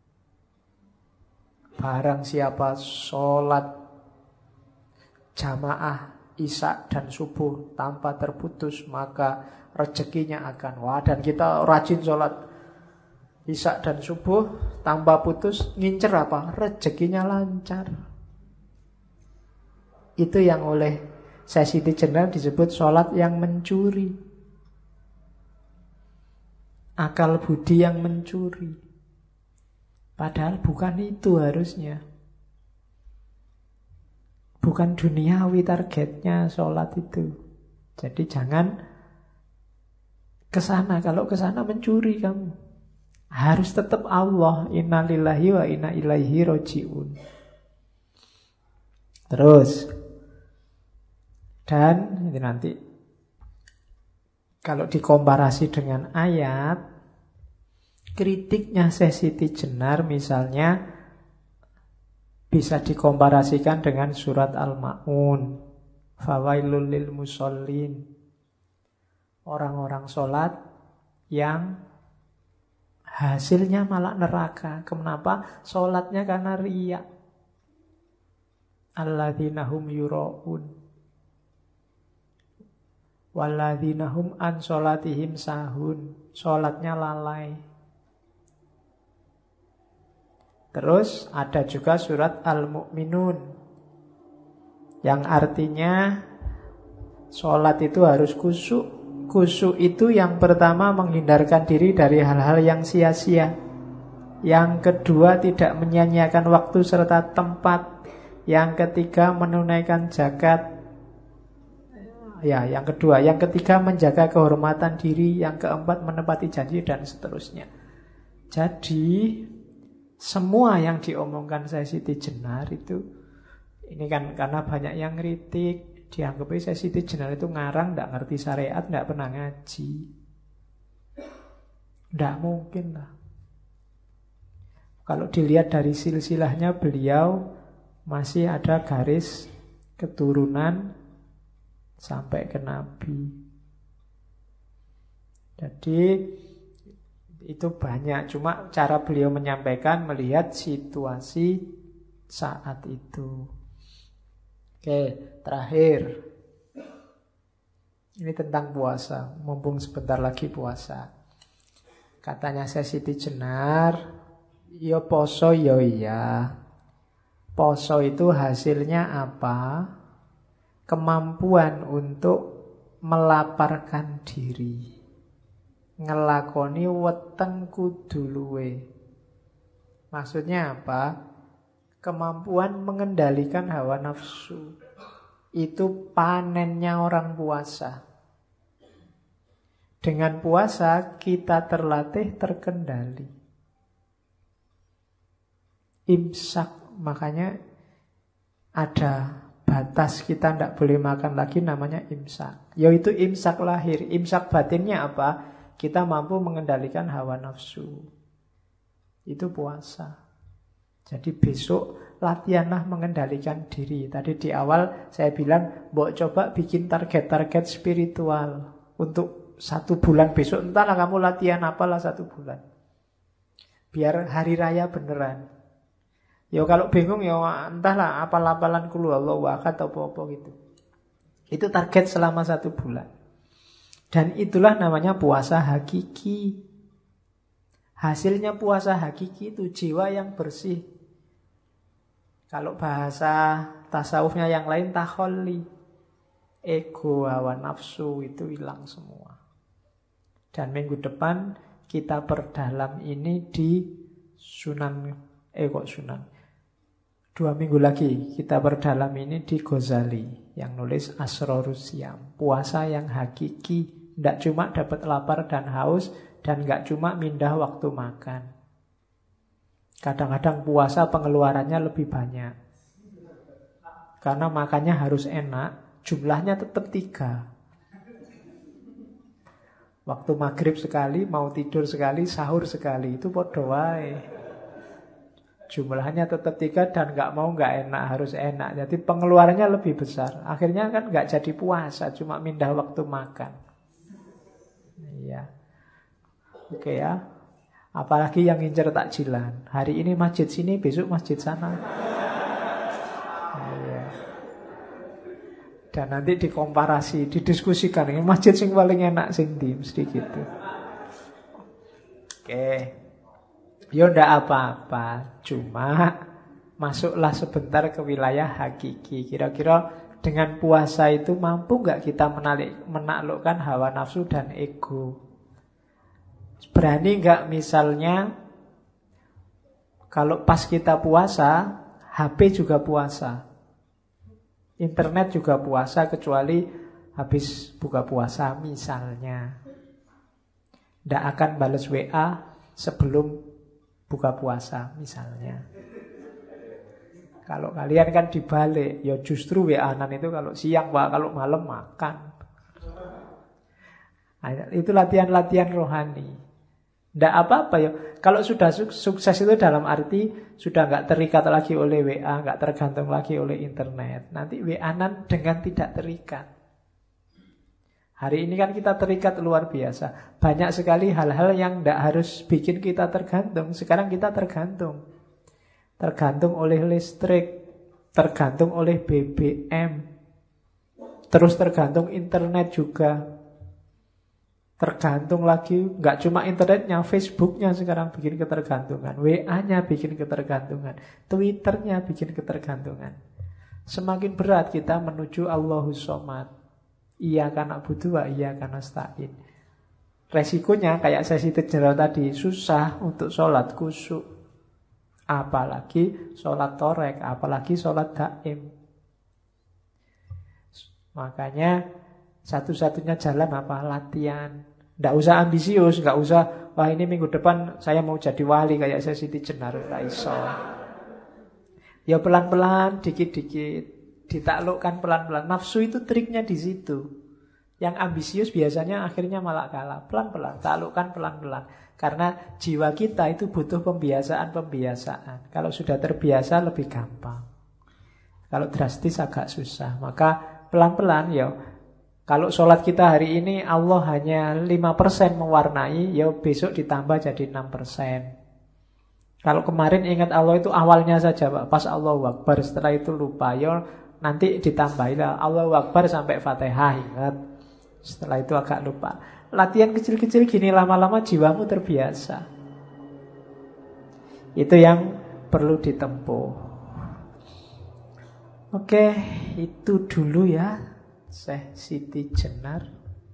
Barang siapa sholat jamaah isya dan subuh tanpa terputus, maka rezekinya akan wah. Dan kita rajin sholat isya dan subuh tanpa putus, ngincer apa? Rezekinya lancar. Itu yang oleh Sesi Jenar disebut sholat yang mencuri. Akal budi yang mencuri. Padahal bukan itu harusnya. Bukan duniawi targetnya sholat itu. Jadi jangan kesana. Kalau kesana mencuri kamu. Harus tetap Allah. Inna lillahi wa inna ilaihi roji'un. Terus. Dan ini nanti Kalau dikomparasi dengan ayat, kritiknya Syekh Siti Jenar misalnya bisa dikomparasikan dengan surat Al-Ma'un. Fawailul lil musallin. Orang-orang sholat yang hasilnya malah neraka. Kenapa? Sholatnya karena riya. Alladzina hum yura'un walladzina hum an sholatihim sahun. Sholatnya lalai. Terus ada juga surat Al-Mu'minun yang artinya sholat itu harus khusyuk. Khusyuk itu yang pertama menghindarkan diri dari hal-hal yang sia-sia. Yang kedua tidak menyia-nyiakan waktu serta tempat. Yang ketiga menunaikan zakat. Ya, yang kedua, yang ketiga menjaga kehormatan diri, yang keempat menepati janji dan seterusnya. Jadi semua yang diomongkan Syekh Siti Jenar itu, ini kan karena banyak yang kritik, dianggapnya Syekh Siti Jenar itu ngarang, tidak ngerti syariat, tidak pernah ngaji. Tidak mungkin lah. Kalau dilihat dari silsilahnya beliau masih ada garis keturunan sampai ke Nabi. Jadi itu banyak. Cuma cara beliau menyampaikan melihat situasi saat itu. Oke, terakhir. Ini tentang puasa. Mumpung sebentar lagi puasa. Katanya Syekh Siti Jenar, yo poso yo iya. Poso itu hasilnya apa? Kemampuan untuk melaparkan diri. Ngelakoni weteng kudu luwe. Maksudnya apa? Kemampuan mengendalikan hawa nafsu. Itu panennya orang puasa. Dengan puasa kita terlatih terkendali. Imsak. Makanya ada batas, kita tidak boleh makan lagi, namanya imsak. Yaitu imsak lahir. Imsak batinnya apa? Kita mampu mengendalikan hawa nafsu. Itu puasa. Jadi besok latihanlah mengendalikan diri. Tadi di awal saya bilang, mbok coba bikin target-target spiritual untuk satu bulan besok. Entahlah kamu latihan apalah satu bulan. Biar hari raya beneran. Ya kalau bingung ya entahlah apal-apalan kulu Allah wakat atau apa-apa gitu. Itu target selama satu bulan. Dan itulah namanya puasa hakiki. Hasilnya puasa hakiki itu jiwa yang bersih. Kalau bahasa tasawufnya yang lain taholli. Ego, hawa nafsu itu hilang semua. Dan minggu depan kita perdalam ini di Sunan, eh kok Sunan. Dua minggu lagi kita perdalam ini di Ghazali yang nulis Asrorus Siyam. Puasa yang hakiki, tidak cuma dapat lapar dan haus, dan nggak cuma mindah waktu makan. Kadang-kadang puasa pengeluarannya lebih banyak. Karena makannya harus enak, jumlahnya tetap tiga. Waktu maghrib sekali, mau tidur sekali, sahur sekali, itu podo wae. Jumlahnya tetap tiga dan nggak mau nggak enak, harus enak. Jadi pengeluarannya lebih besar. Akhirnya kan nggak jadi puasa, cuma mindah waktu makan. Iya. Oke ya. Apalagi yang ngincer takjilan. Hari ini masjid sini, besok masjid sana. Iya. Dan nanti dikomparasi, didiskusikan. Ini masjid sing paling enak sing di, mesti gitu. Oke. Ya ndak apa-apa, cuma masuklah sebentar ke wilayah hakiki. Kira-kira dengan puasa itu mampu nggak kita menalik, menaklukkan hawa nafsu dan ego? Berani nggak misalnya kalau pas kita puasa, H P juga puasa, internet juga puasa, kecuali habis buka puasa misalnya. Ndak akan balas W A sebelum buka puasa misalnya. Kalau kalian kan dibalik, ya justru W A-an itu kalau siang, Pak, kalau malam makan. Nah, itu latihan-latihan rohani. Tidak apa-apa ya. Kalau sudah sukses itu dalam arti sudah nggak terikat lagi oleh W A, nggak tergantung lagi oleh internet. Nanti W A-an dengan tidak terikat. Hari ini kan kita terikat luar biasa. Banyak sekali hal-hal yang tidak harus bikin kita tergantung. Sekarang kita tergantung. Tergantung oleh listrik, tergantung oleh B B M, terus tergantung internet juga. Tergantung lagi, nggak cuma internetnya, Facebooknya sekarang bikin ketergantungan, W A-nya bikin ketergantungan, Twitternya bikin ketergantungan. Semakin berat kita menuju Allahus Shomad. Iya karena butuh, iya karena nasta'in. Resikonya kayak sesi general tadi, susah untuk sholat khusyuk. Apalagi sholat torek, apalagi sholat daim. Makanya satu-satunya jalan apa? Latihan. Nggak usah ambisius, nggak usah, wah ini minggu depan saya mau jadi wali kayak saya Siti Jenar. Nggak iso. Ya pelan-pelan, dikit-dikit. Ditaklukkan pelan-pelan. Nafsu itu triknya di situ. Yang ambisius biasanya akhirnya malah kalah. Pelan-pelan, taklukkan pelan-pelan. Karena jiwa kita itu butuh pembiasaan-pembiasaan. Kalau sudah terbiasa lebih gampang. Kalau drastis agak susah. Maka pelan-pelan ya. Kalau sholat kita hari ini Allah hanya lima persen mewarnai, ya besok ditambah jadi enam persen. Kalau kemarin ingat Allah itu awalnya saja Pak, pas Allahu Akbar, setelah itu lupa, ya nanti ditambahilah Allahu Akbar sampai Fatihah, ingat. Setelah itu agak lupa. Latihan kecil-kecil gini lama-lama jiwamu terbiasa. Itu yang perlu ditempuh. Oke, itu dulu ya Syekh Siti Jenar.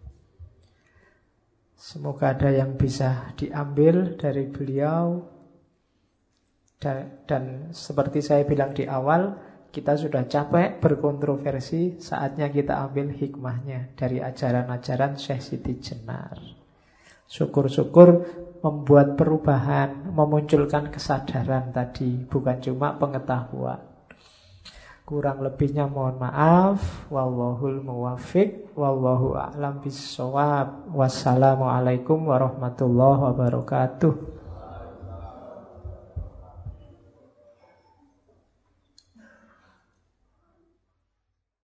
Semoga ada yang bisa diambil dari beliau. Dan, dan seperti saya bilang di awal, kita sudah capek berkontroversi, saatnya kita ambil hikmahnya dari ajaran-ajaran Syekh Siti Jenar. Syukur-syukur membuat perubahan, memunculkan kesadaran tadi, bukan cuma pengetahuan. Kurang lebihnya mohon maaf. Wallahul muwaffiq, wallahu a'lam bissawab. Wassalamualaikum warahmatullahi wabarakatuh.